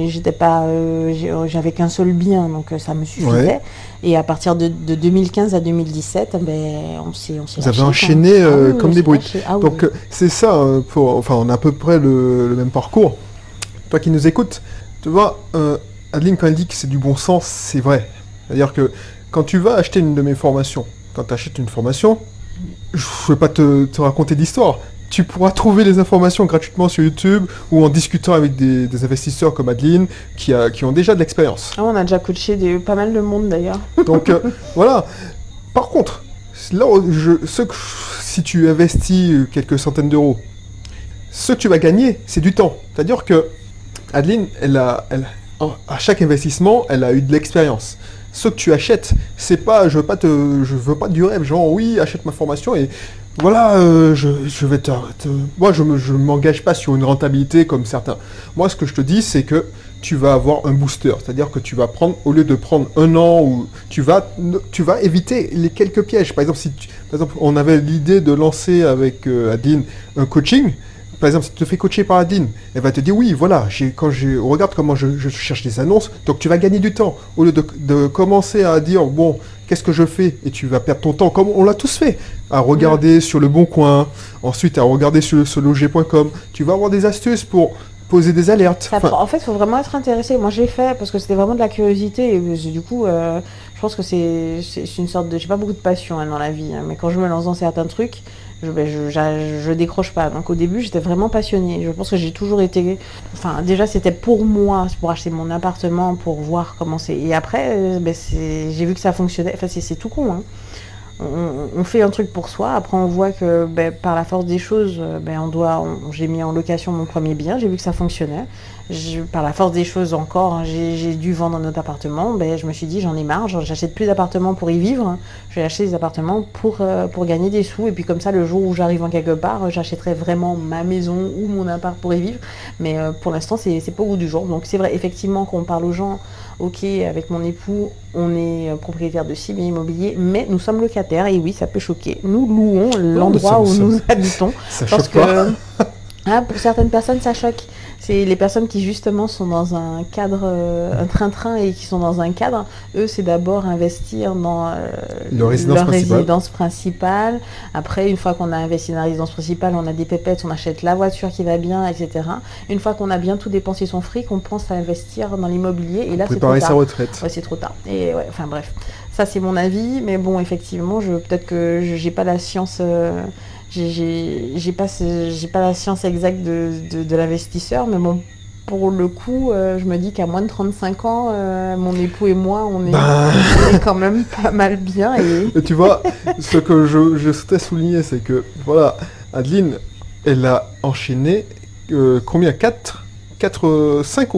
j'avais qu'un seul bien, donc ça me suffisait. Ouais. Et à partir de 2015 à 2017, on s'est Vous avez enchaîné comme des bruits. Donc c'est ça, on a à peu près le même parcours. Toi qui nous écoutes, tu vois, Adeline, quand elle dit que c'est du bon sens, c'est vrai. C'est-à-dire que quand tu vas acheter une de mes formations, quand tu achètes une formation, je ne vais pas te raconter d'histoire. Tu pourras trouver les informations gratuitement sur YouTube ou en discutant avec des investisseurs comme Adeline qui ont déjà de l'expérience. On a déjà coaché pas mal de monde d'ailleurs. Donc voilà. Par contre, là, si tu investis quelques centaines d'euros, ce que tu vas gagner, c'est du temps. C'est-à-dire que Adeline, à chaque investissement, elle a eu de l'expérience. Ce que tu achètes, c'est pas, je veux pas du rêve, genre oui, achète ma formation et voilà, je vais moi, je m'engage pas sur une rentabilité comme certains. Moi, ce que je te dis, c'est que tu vas avoir un booster. C'est-à-dire que tu vas prendre, au lieu de prendre un an, ou tu vas éviter les quelques pièges. Par exemple, on avait l'idée de lancer avec Adeline un coaching. Par exemple, si tu te fais coacher par Adeline, elle va te dire oui, voilà, regarde comment je cherche des annonces, donc tu vas gagner du temps. Au lieu de commencer à dire, bon, qu'est-ce que je fais? Et tu vas perdre ton temps, comme on l'a tous fait, à regarder sur Le Bon Coin, ensuite à regarder sur loger.com. Tu vas avoir des astuces pour poser des alertes. En fait, il faut vraiment être intéressé. Moi, j'ai fait parce que c'était vraiment de la curiosité. Et du coup, je pense que c'est une sorte de... J'ai pas beaucoup de passion dans la vie, hein, mais quand je me lance dans certains trucs, je décroche pas. Donc au début, j'étais vraiment passionnée. Je pense que j'ai toujours été... Enfin, déjà, c'était pour moi, pour acheter mon appartement, pour voir comment c'est... Et après, j'ai vu que ça fonctionnait. Enfin, c'est tout con, hein. On fait un truc pour soi, après on voit que par la force des choses, j'ai mis en location mon premier bien, j'ai vu que ça fonctionnait. Par la force des choses encore, hein, j'ai dû vendre notre appartement, je me suis dit j'en ai marre, j'achète plus d'appartements pour y vivre, hein. Je vais acheter des appartements pour gagner des sous, et puis comme ça le jour où j'arrive en quelque part, j'achèterai vraiment ma maison ou mon appart pour y vivre, mais pour l'instant c'est pas au goût du jour. Donc c'est vrai, effectivement, quand on parle aux gens, ok, avec mon époux, on est propriétaire de 6 biens immobiliers, mais nous sommes locataires, et oui, ça peut choquer. Nous louons l'endroit où nous habitons. Ça choque pas. Pour certaines personnes, ça choque. C'est les personnes qui justement sont dans un cadre, un train-train et qui sont dans un cadre. Eux, c'est d'abord investir dans leur résidence principale. Après, une fois qu'on a investi dans la résidence principale, on a des pépettes, on achète la voiture qui va bien, etc. Une fois qu'on a bien tout dépensé son fric, on pense à investir dans l'immobilier. Et là, c'est trop tard. Préparer sa retraite. Ouais, c'est trop tard. Et ouais, enfin bref, ça c'est mon avis. Mais bon, effectivement, peut-être que j'ai pas la science. J'ai pas la science exacte de l'investisseur, mais bon, pour le coup, je me dis qu'à moins de 35 ans, mon époux et moi, on est quand même pas mal bien. Et tu vois, ce que je souhaitais souligner, c'est que, voilà, Adeline, elle a enchaîné combien 5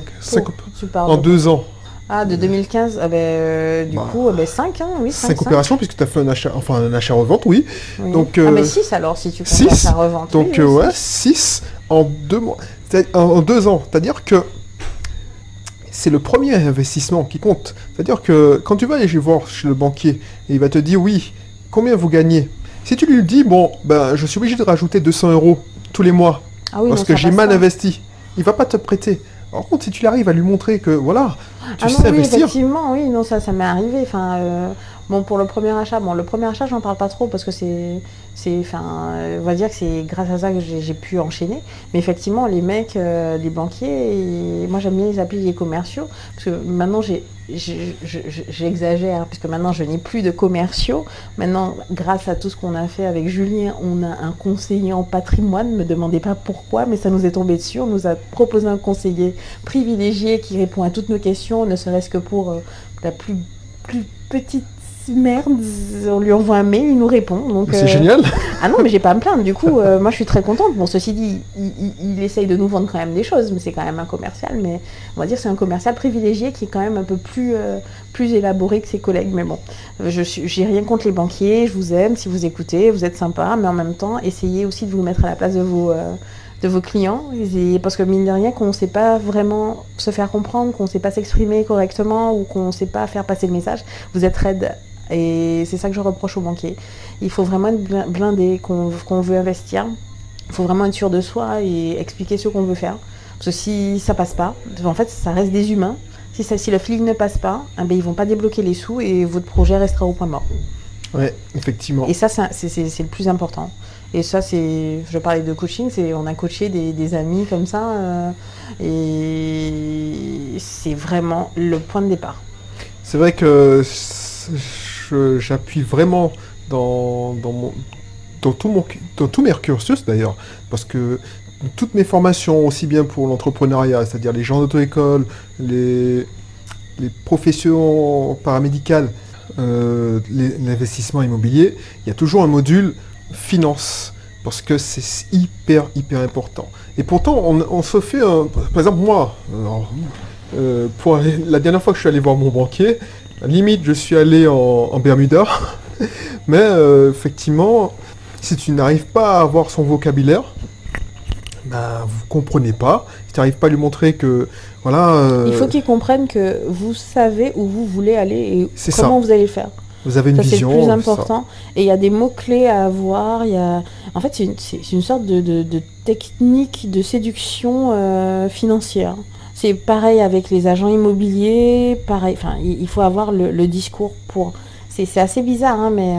en 2 ans. Ah, de 2015, du coup, 5, hein, oui, 5 opérations, puisque tu as fait un achat-revente, oui. Donc, mais 6 alors, si tu comptes l'achat-revente. Donc, oui, ouais, 6 en 2 mois. En 2 ans. C'est-à-dire que c'est le premier investissement qui compte. C'est-à-dire que quand tu vas aller voir chez le banquier, et il va te dire oui, combien vous gagnez? Si tu lui dis, bon, ben, je suis obligé de rajouter 200 euros tous les mois, parce que j'ai mal investi, il va pas te prêter. Par contre, si tu arrives à lui montrer que, voilà, tu sais investir... Effectivement, oui, non, ça m'est arrivé. Enfin, bon, pour le premier achat, j'en parle pas trop parce que on va dire que c'est grâce à ça que j'ai pu enchaîner. Mais effectivement, les mecs, les banquiers, moi j'aime bien les appeler les commerciaux, parce que maintenant j'exagère, puisque maintenant je n'ai plus de commerciaux. Maintenant, grâce à tout ce qu'on a fait avec Julien, on a un conseiller en patrimoine. Ne me demandez pas pourquoi, mais ça nous est tombé dessus. On nous a proposé un conseiller privilégié qui répond à toutes nos questions, ne serait-ce que pour la plus petite merde, on lui envoie un mail, il nous répond. C'est génial. Ah non, mais j'ai pas à me plaindre. Du coup, moi je suis très contente. Bon, ceci dit, il essaye de nous vendre quand même des choses, mais c'est quand même un commercial. Mais on va dire que c'est un commercial privilégié qui est quand même un peu plus élaboré que ses collègues. Mais bon, j'ai rien contre les banquiers. Je vous aime si vous écoutez, vous êtes sympa, mais en même temps, essayez aussi de vous mettre à la place de vos clients, parce que mine de rien, qu'on ne sait pas vraiment se faire comprendre, qu'on ne sait pas s'exprimer correctement ou qu'on ne sait pas faire passer le message, vous êtes raide. Et c'est ça que je reproche aux banquiers. Il faut vraiment être blindé, qu'on veut investir. Il faut vraiment être sûr de soi et expliquer ce qu'on veut faire. Parce que si ça passe pas, en fait, ça reste des humains. Si le feeling ne passe pas, eh ben, ils vont pas débloquer les sous et votre projet restera au point mort. Ouais, effectivement. Et ça, c'est le plus important. Et ça, je parlais de coaching, on a coaché des amis comme ça, et c'est vraiment le point de départ. C'est vrai que j'appuie vraiment dans tous mes cursus d'ailleurs, parce que toutes mes formations, aussi bien pour l'entrepreneuriat, c'est-à-dire les gens d'auto-école, les professions paramédicales, l'investissement immobilier, il y a toujours un module finance, parce que c'est hyper important. Et pourtant, on se fait par exemple, moi, la dernière fois que je suis allé voir mon banquier, limite, je suis allé en Bermuda, mais effectivement, si tu n'arrives pas à avoir son vocabulaire, ben, vous comprenez pas. Si tu n'arrives pas à lui montrer que, voilà... Il faut qu'il comprenne que vous savez où vous voulez aller et comment vous allez le faire. Vous avez une vision. C'est le plus important. Et il y a des mots-clés à avoir. En fait, c'est une sorte de technique de séduction financière. C'est pareil avec les agents immobiliers. Pareil. Enfin, il faut avoir le discours pour... C'est assez bizarre, hein, mais...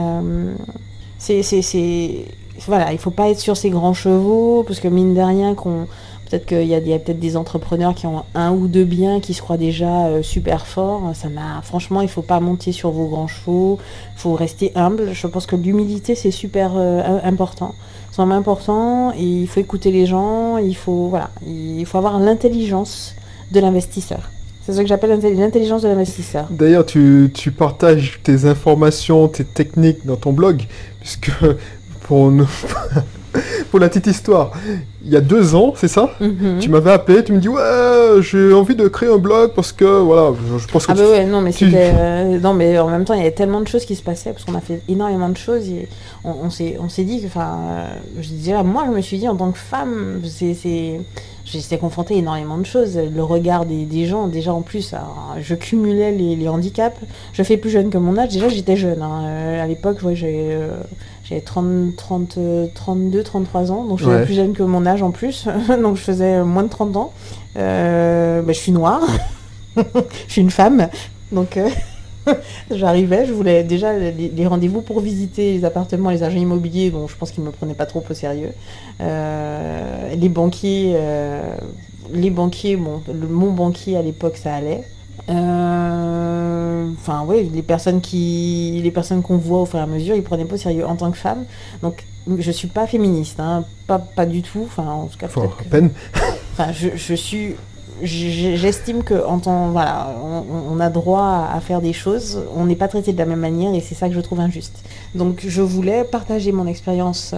Voilà, il ne faut pas être sur ses grands chevaux, parce que mine de rien, peut-être qu'il y a peut-être des entrepreneurs qui ont un ou deux biens qui se croient déjà super forts. Franchement, il ne faut pas monter sur vos grands chevaux, il faut rester humble. Je pense que l'humilité, c'est super important. C'est vraiment important, et il faut écouter les gens, il faut avoir l'intelligence de l'investisseur. C'est ce que j'appelle l'intelligence de l'investisseur. D'ailleurs, tu partages tes informations, tes techniques dans ton blog, puisque pour la petite histoire, il y a 2 ans, c'est ça? Tu m'avais appelé, tu me dis ouais, j'ai envie de créer un blog parce que voilà, je pense que non mais en même temps il y avait tellement de choses qui se passaient parce qu'on a fait énormément de choses. Et on s'est dit que je disais moi je me suis dit en tant que femme j'étais confrontée à énormément de choses. Le regard des gens, déjà en plus, je cumulais les handicaps. Je fais plus jeune que mon âge. Déjà, j'étais jeune. À l'époque, j'avais 32, 33 ans. Donc, j'étais plus jeune que mon âge en plus. Donc, je faisais moins de 30 ans. Je suis noire. Je suis une femme. Donc... J'arrivais, je voulais déjà les rendez-vous pour visiter les appartements, les agents immobiliers, dont je pense qu'ils ne me prenaient pas trop au sérieux. Les banquiers, mon banquier à l'époque, ça allait. Les personnes qu'on voit au fur et à mesure, ils ne prenaient pas au sérieux en tant que femme. Donc, je ne suis pas féministe, hein, pas du tout. Enfin, en tout cas, peut-être à peine. J'estime que on a droit à faire des choses, on n'est pas traité de la même manière et c'est ça que je trouve injuste. Donc je voulais partager mon expérience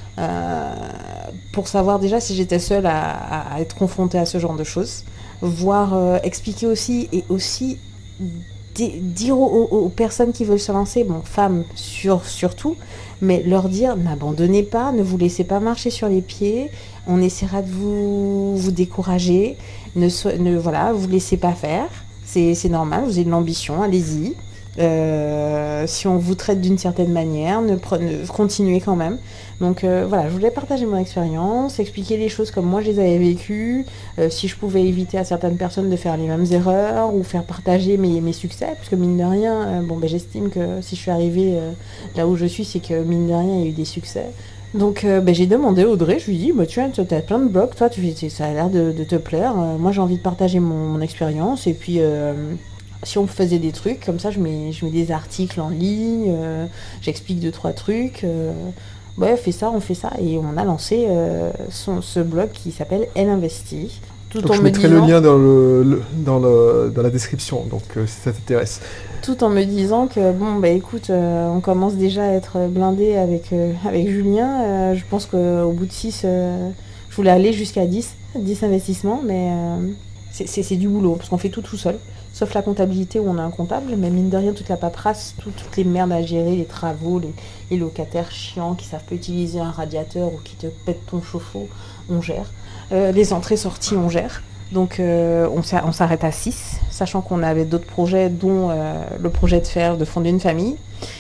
pour savoir déjà si j'étais seule à être confrontée à ce genre de choses, expliquer aussi dire aux personnes qui veulent se lancer, bon, femmes surtout, mais leur dire n'abandonnez pas, ne vous laissez pas marcher sur les pieds, on essaiera de vous décourager, voilà, vous laissez pas faire, c'est normal, vous avez de l'ambition, allez-y. Si on vous traite d'une certaine manière, continuez quand même. Donc voilà, je voulais partager mon expérience, expliquer les choses comme moi je les avais vécues, si je pouvais éviter à certaines personnes de faire les mêmes erreurs ou faire partager mes succès, parce que mine de rien, j'estime que si je suis arrivée là où je suis, c'est que mine de rien, il y a eu des succès. Donc j'ai demandé à Audrey, je lui ai dit, tu as plein de blogs, toi ça a l'air de te plaire, moi j'ai envie de partager mon expérience, et puis si on faisait des trucs, comme ça je mets des articles en ligne, j'explique 2-3 trucs, ouais, on fait ça, et on a lancé ce blog qui s'appelle Elle Investit. Donc je mettrai le lien dans la description, donc si ça t'intéresse. Tout en me disant que, écoute, on commence déjà à être blindé avec Julien, je pense qu'au bout de 6, je voulais aller jusqu'à 10 investissements, mais c'est du boulot, parce qu'on fait tout seul. Sauf la comptabilité où on a un comptable, mais mine de rien, toute la paperasse, toutes les merdes à gérer, les travaux, les locataires chiants qui savent pas utiliser un radiateur ou qui te pètent ton chauffe-eau, on gère. Les entrées-sorties, on gère. Donc on s'arrête à 6, sachant qu'on avait d'autres projets, dont le projet de fonder une famille.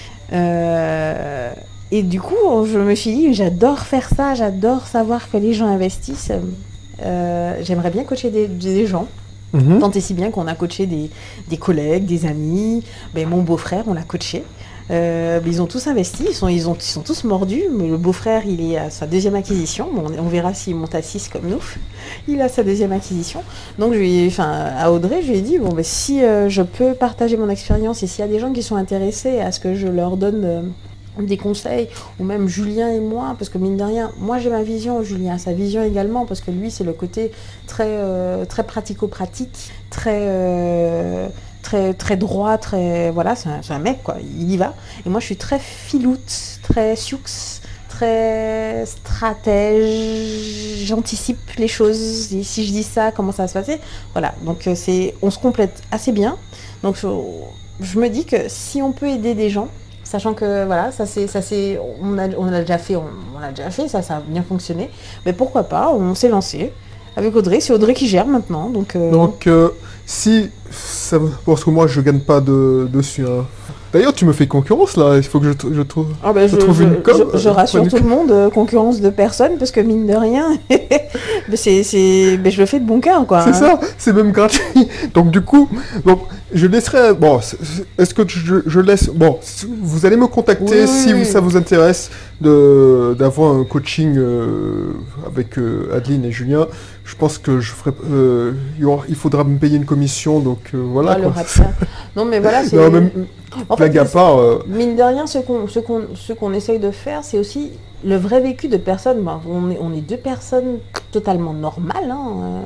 Et du coup, je me suis dit, j'adore faire ça, j'adore savoir que les gens investissent. J'aimerais bien coacher des gens. Tant et si bien qu'on a coaché des collègues, des amis. Mon beau-frère, on l'a coaché. Ils ont tous investi, ils sont tous mordus. Mais le beau-frère, il est à sa 2e acquisition. Bon, on verra s'il monte à 6 comme nous. Il a sa 2e acquisition. Donc, à Audrey, je lui ai dit, si je peux partager mon expérience et s'il y a des gens qui sont intéressés à ce que je leur donne des conseils, ou même Julien et moi, parce que mine de rien, moi j'ai ma vision, Julien a sa vision également, parce que lui c'est le côté très pratico-pratique, très droit, voilà, c'est un mec quoi, il y va. Et moi je suis très filoute, très sioux, très stratège, j'anticipe les choses, et si je dis ça, comment ça va se passer, voilà, donc on se complète assez bien. Donc je me dis que si on peut aider des gens, sachant que voilà, on a déjà fait, ça a bien fonctionné. Mais pourquoi pas, on s'est lancé avec Audrey, c'est Audrey qui gère maintenant. Donc si ça, parce que moi je gagne pas dessus. Hein. D'ailleurs, tu me fais concurrence là, il faut que je trouve une com. Je rassure tout le monde, concurrence de personne, parce que mine de rien, je le fais de bon cœur quoi. C'est ça, c'est même gratuit. Donc du coup, je laisserai. Bon, est-ce que je laisse. Bon, vous allez me contacter si ça vous intéresse d'avoir un coaching avec Adeline et Julien. Je pense que je ferai. Il faudra me payer une commission, donc voilà. Quoi. Non, mais voilà, c'est. En fait, à part, mine de rien, ce qu'on essaye de faire, c'est aussi le vrai vécu de personnes. On est 2 personnes totalement normales. Hein.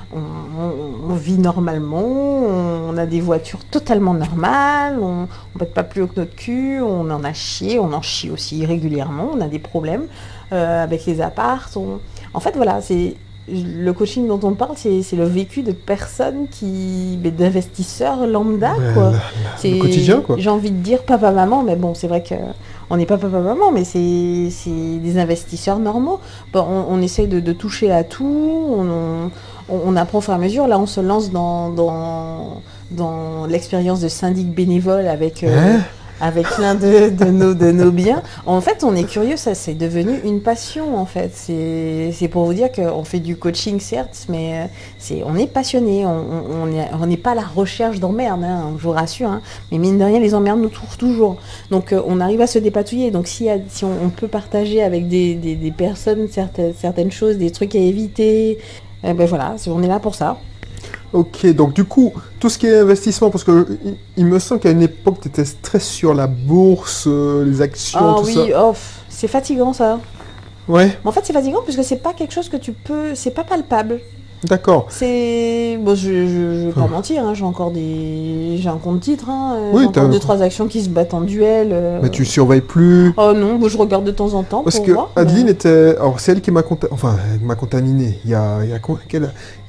On vit normalement, on a des voitures totalement normales, on ne pète pas plus haut que notre cul, on en a chié, on en chie aussi régulièrement, on a des problèmes avec les apparts. En fait, voilà, c'est le coaching dont on parle, c'est le vécu de personnes d'investisseurs lambda, quoi. C'est le quotidien, quoi. J'ai envie de dire papa-maman, mais bon, c'est vrai qu'on n'est pas papa-maman, mais c'est des investisseurs normaux. Bon, on essaye de toucher à tout, on apprend au fur et à mesure. Là, on se lance dans l'expérience de syndic bénévole avec l'un de nos biens. En fait, on est curieux, ça c'est devenu une passion en fait. C'est pour vous dire qu'on fait du coaching certes, mais on est passionné. On n'est pas à la recherche d'emmerdes, hein, je vous rassure. Hein, mais mine de rien, les emmerdes nous trouvent toujours. Donc on arrive à se dépatouiller. Donc si on peut partager avec des personnes certaines choses, des trucs à éviter, voilà, on est là pour ça. Ok, donc du coup, tout ce qui est investissement, parce que il me semble qu'à une époque, tu étais très sur la bourse, les actions, tout ça. Ah oui, c'est fatigant ça. Ouais. Mais en fait, c'est fatigant puisque c'est pas quelque chose que tu peux... C'est pas palpable. D'accord. Bon, je vais pas mentir, hein, j'ai un compte titre, hein, oui, j'ai encore 2-3 actions qui se battent en duel. Mais tu surveilles plus. Oh non, je regarde de temps en temps. Parce que Adeline était... Alors, c'est elle qui m'a contaminé. Il y a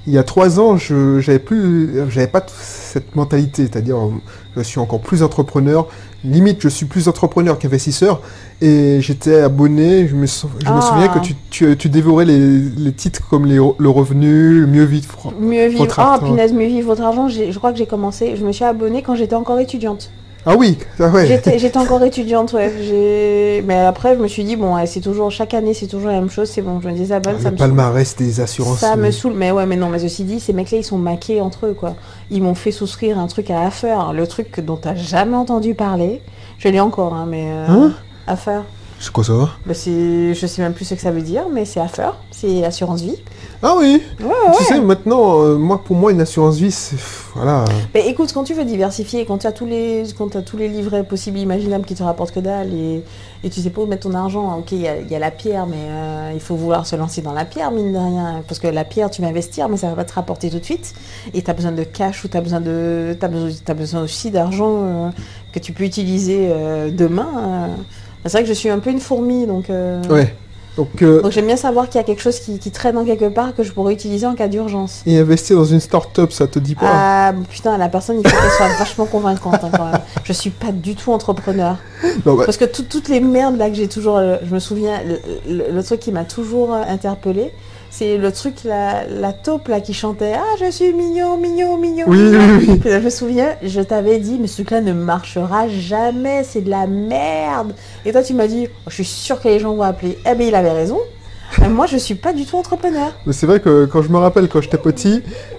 il y a 3 ans, j'avais pas cette mentalité, c'est-à-dire je suis encore plus entrepreneur, limite je suis plus entrepreneur qu'investisseur, et j'étais abonné, je me souviens que tu dévorais les titres comme le revenu, mieux vivre. Mieux vivre, punaise, mieux vivre votre argent, je crois que j'ai commencé, je me suis abonnée quand j'étais encore étudiante. Ah oui, ouais. J'étais encore étudiante, ouais. Mais après, je me suis dit, bon, c'est toujours, chaque année, c'est toujours la même chose, c'est bon, je me désabonne, ça me saoule. Le palmarès des assurances. Ça me saoule, mais ouais, mais non, mais ceci dit, ces mecs-là, ils sont maqués entre eux, quoi. Ils m'ont fait souscrire un truc à Affer, le truc dont t'as jamais entendu parler. Je l'ai encore, hein, mais... Affer. C'est quoi ça? Je sais même plus ce que ça veut dire, mais c'est Affer, c'est assurance vie. Ah oui. Ouais. Tu sais, maintenant, pour moi, une assurance vie, c'est... Voilà. Mais écoute, quand tu veux diversifier, quand tu as tous les livrets possibles, imaginables qui te rapportent que dalle, et tu sais pas où mettre ton argent, ok, il y a la pierre, mais il faut vouloir se lancer dans la pierre, mine de rien. Parce que la pierre, tu vas investir, mais ça va pas te rapporter tout de suite. Et tu as besoin de cash, ou tu as besoin aussi d'argent que tu peux utiliser demain. C'est vrai que je suis un peu une fourmi, donc... Ouais. Donc j'aime bien savoir qu'il y a quelque chose qui traîne en quelque part que je pourrais utiliser en cas d'urgence. Et investir dans une start-up, ça te dit pas? Ah putain, la personne, il faut qu'elle soit vachement convaincante, hein, quand même. Je suis pas du tout entrepreneur. Non, Parce que toutes les merdes là que j'ai toujours... je me souviens, le truc qui m'a toujours interpellée, c'est le truc, la taupe là qui chantait « Ah, je suis mignon, mignon, mignon ». Oui. Je me souviens, je t'avais dit « Mais ce truc-là ne marchera jamais, c'est de la merde ». Et toi, tu m'as dit oh, « Je suis sûre que les gens vont appeler ». Eh bien, il avait raison. Moi, je suis pas du tout entrepreneur. Mais c'est vrai que quand je me rappelle, quand j'étais petit...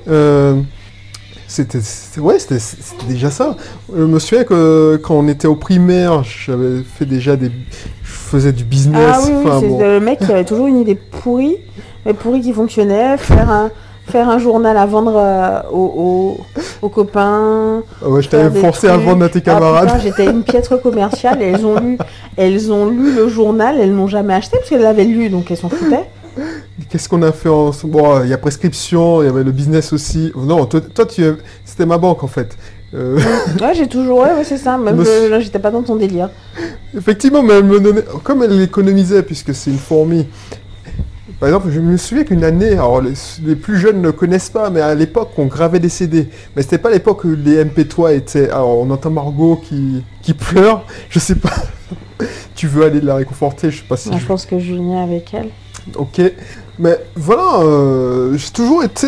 C'était déjà ça. Je me souviens que quand on était au primaire, j'avais fait déjà je faisais du business. Ah oui, c'est le mec qui avait toujours une idée pourrie, mais pourrie qui fonctionnait, faire un journal à vendre aux copains. Ah ouais, je t'avais forcé à vendre à tes camarades. Putain, j'étais une piètre commerciale et elles ont lu le journal, elles n'ont jamais acheté parce qu'elles l'avaient lu, donc elles s'en foutaient. Qu'est-ce qu'on a fait Bon, il y a prescription, il y avait le business aussi. Non, toi c'était ma banque en fait. Ouais, j'ai toujours... Ouais, c'est ça. Même là, j'étais pas dans ton délire. Effectivement, mais elle me donnait... Comme elle économisait, puisque c'est une fourmi. Par exemple, je me souviens qu'une année, alors les plus jeunes ne connaissent pas, mais à l'époque, on gravait des CD. Mais c'était pas l'époque où les MP3 étaient... Alors, on entend Margot qui pleure, je sais pas. Tu veux aller la réconforter, je sais pas si... Je pense que Julien avec elle. Ok, mais voilà, j'ai toujours été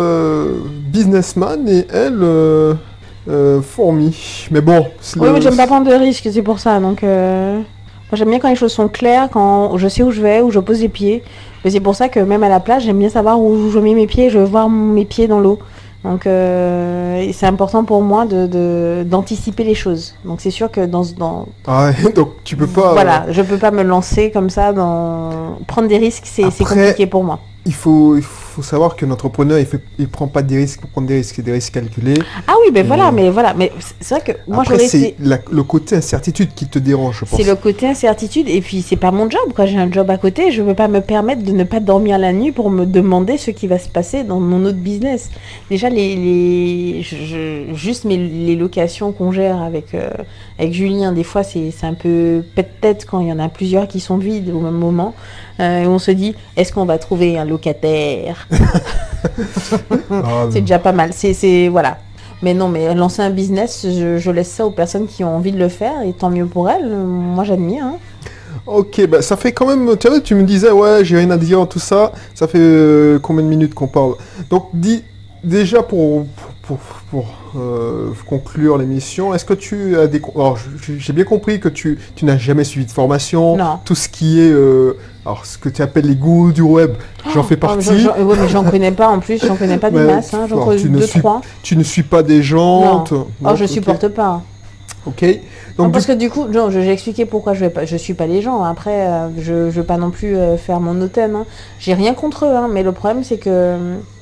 businessman et elle, fourmi. Mais bon... Oui, mais j'aime pas prendre de risques, c'est pour ça, donc... Moi, j'aime bien quand les choses sont claires, quand je sais où je vais, où je pose les pieds. Mais c'est pour ça que même à la plage, j'aime bien savoir où je mets mes pieds, je veux voir mes pieds dans l'eau. Donc c'est important pour moi d'anticiper les choses. Donc c'est sûr que Ah ouais, donc tu peux pas... Voilà, je peux pas me lancer comme ça prendre des risques, c'est compliqué pour moi. Il faut savoir que l'entrepreneur, il prend pas des risques pour prendre des risques, c'est des risques calculés. Ah oui, mais voilà, mais c'est vrai que moi après, c'est le côté incertitude qui te dérange, je pense. C'est le côté incertitude, et puis c'est pas mon job, quoi. J'ai un job à côté, je peux pas me permettre de ne pas dormir la nuit pour me demander ce qui va se passer dans mon autre business. Déjà, juste les locations qu'on gère avec Julien, des fois, c'est un peu pète-tête quand il y en a plusieurs qui sont vides au même moment. Et on se dit, est-ce qu'on va trouver un locataire? C'est déjà pas mal. Voilà. Mais non, mais lancer un business, je laisse ça aux personnes qui ont envie de le faire, et tant mieux pour elles. Moi, j'admire. Hein. Ok, bah ça fait quand même... Tu me disais, ouais, j'ai rien à dire en tout ça. Ça fait combien de minutes qu'on parle? Donc, déjà, pour conclure l'émission, est-ce que tu as des... Alors, j'ai bien compris que tu n'as jamais suivi de formation. Non. Tout ce qui est... alors, ce que tu appelles les gourous du web, j'en fais partie. Ouais, mais j'en connais pas en plus, j'en connais pas des masses, hein, j'en connais 2-3. Tu ne suis pas des gens. Non, je supporte pas. Ok. Donc, parce que du coup, j'ai expliqué pourquoi je suis pas les gens. Après, je veux pas non plus faire mon automne. Hein. J'ai rien contre eux, hein, mais le problème c'est que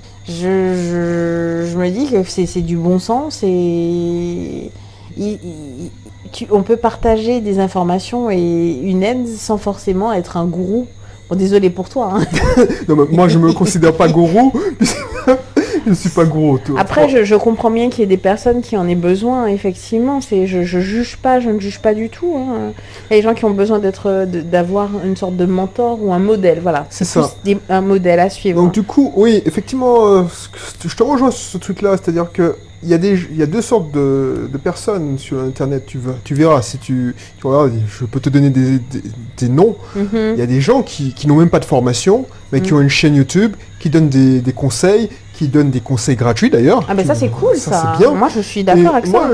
je me dis que c'est du bon sens et on peut partager des informations et une aide sans forcément être un gourou. Bon, désolé pour toi. Hein. Non, moi, je me considère pas gourou. Je suis pas gros. Toi. Après, je comprends bien qu'il y ait des personnes qui en aient besoin, effectivement. Je juge pas, je ne juge pas du tout. Hein. Il y a des gens qui ont besoin d'avoir une sorte de mentor ou un modèle. Voilà, c'est ça. Un modèle à suivre. Donc du coup, oui, effectivement, je te rejoins sur ce truc-là, c'est-à-dire que il y a deux sortes de personnes sur Internet. Tu verras si tu regardes, je peux te donner des noms. Il y a des gens qui n'ont même pas de formation, mais qui ont une chaîne YouTube, qui donnent des conseils, qui donnent des conseils gratuits d'ailleurs. Ah ben ça c'est cool ça. C'est bien. Moi je suis d'accord avec ça. Moi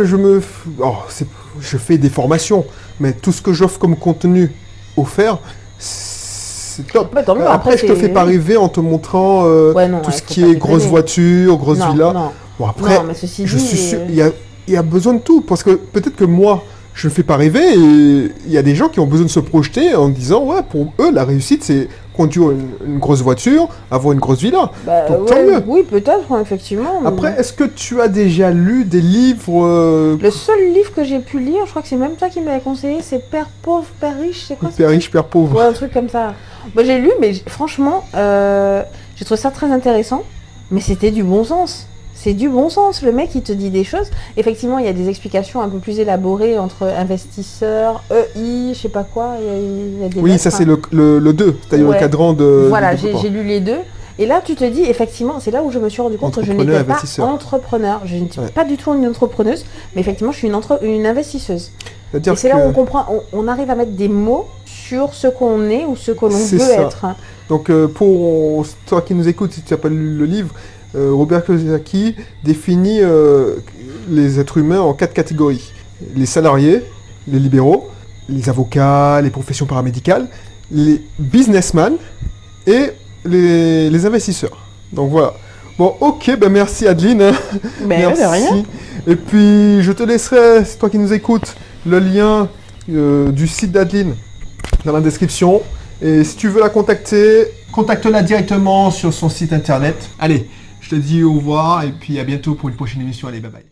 je fais des formations, mais tout ce que j'offre comme contenu offert, c'est top. Bah, après je te fais pas rêver en te montrant tout ce qui est grosses voitures, grosses villas. Non. Bon après, mais ceci je suis sûr, il y a besoin de tout, parce que peut-être que moi, je ne fais pas rêver, et il y a des gens qui ont besoin de se projeter en disant, ouais, pour eux, la réussite, c'est conduire une grosse voiture, avoir une grosse villa. Donc tant mieux. Oui, peut-être, effectivement. Après, est-ce que tu as déjà lu des livres Le seul livre que j'ai pu lire, je crois que c'est même toi qui m'avais conseillé, c'est Père pauvre, Père riche, c'est quoi Père riche, Père pauvre. Ouais, un truc comme ça. Bah, j'ai lu, mais franchement, j'ai trouvé ça très intéressant, mais c'était du bon sens. C'est du bon sens, le mec il te dit des choses. Effectivement, il y a des explications un peu plus élaborées entre investisseurs, EI, je sais pas quoi. Il y a des oui, lettres, ça c'est le 2, c'est-à-dire le cadran de. Voilà, j'ai lu les deux. Et là, tu te dis, effectivement, c'est là où je me suis rendu compte que je n'étais pas entrepreneur. Je ne suis pas du tout une entrepreneuse, mais effectivement, je suis une investisseuse. Et c'est là où on comprend, on arrive à mettre des mots sur ce qu'on est ou ce que l'on veut être. Donc, pour toi qui nous écoutes, si tu n'as pas lu le livre, Robert Kiyosaki définit les êtres humains en 4 catégories. Les salariés, les libéraux, les avocats, les professions paramédicales, les businessmen et les investisseurs. Donc voilà. Bon, ok, ben merci Adeline. Merci. De rien. Et puis, je te laisserai, c'est toi qui nous écoutes, le lien du site d'Adeline dans la description. Et si tu veux la contacter, contacte-la directement sur son site internet. Allez, je te dis au revoir et puis à bientôt pour une prochaine émission. Allez, bye bye.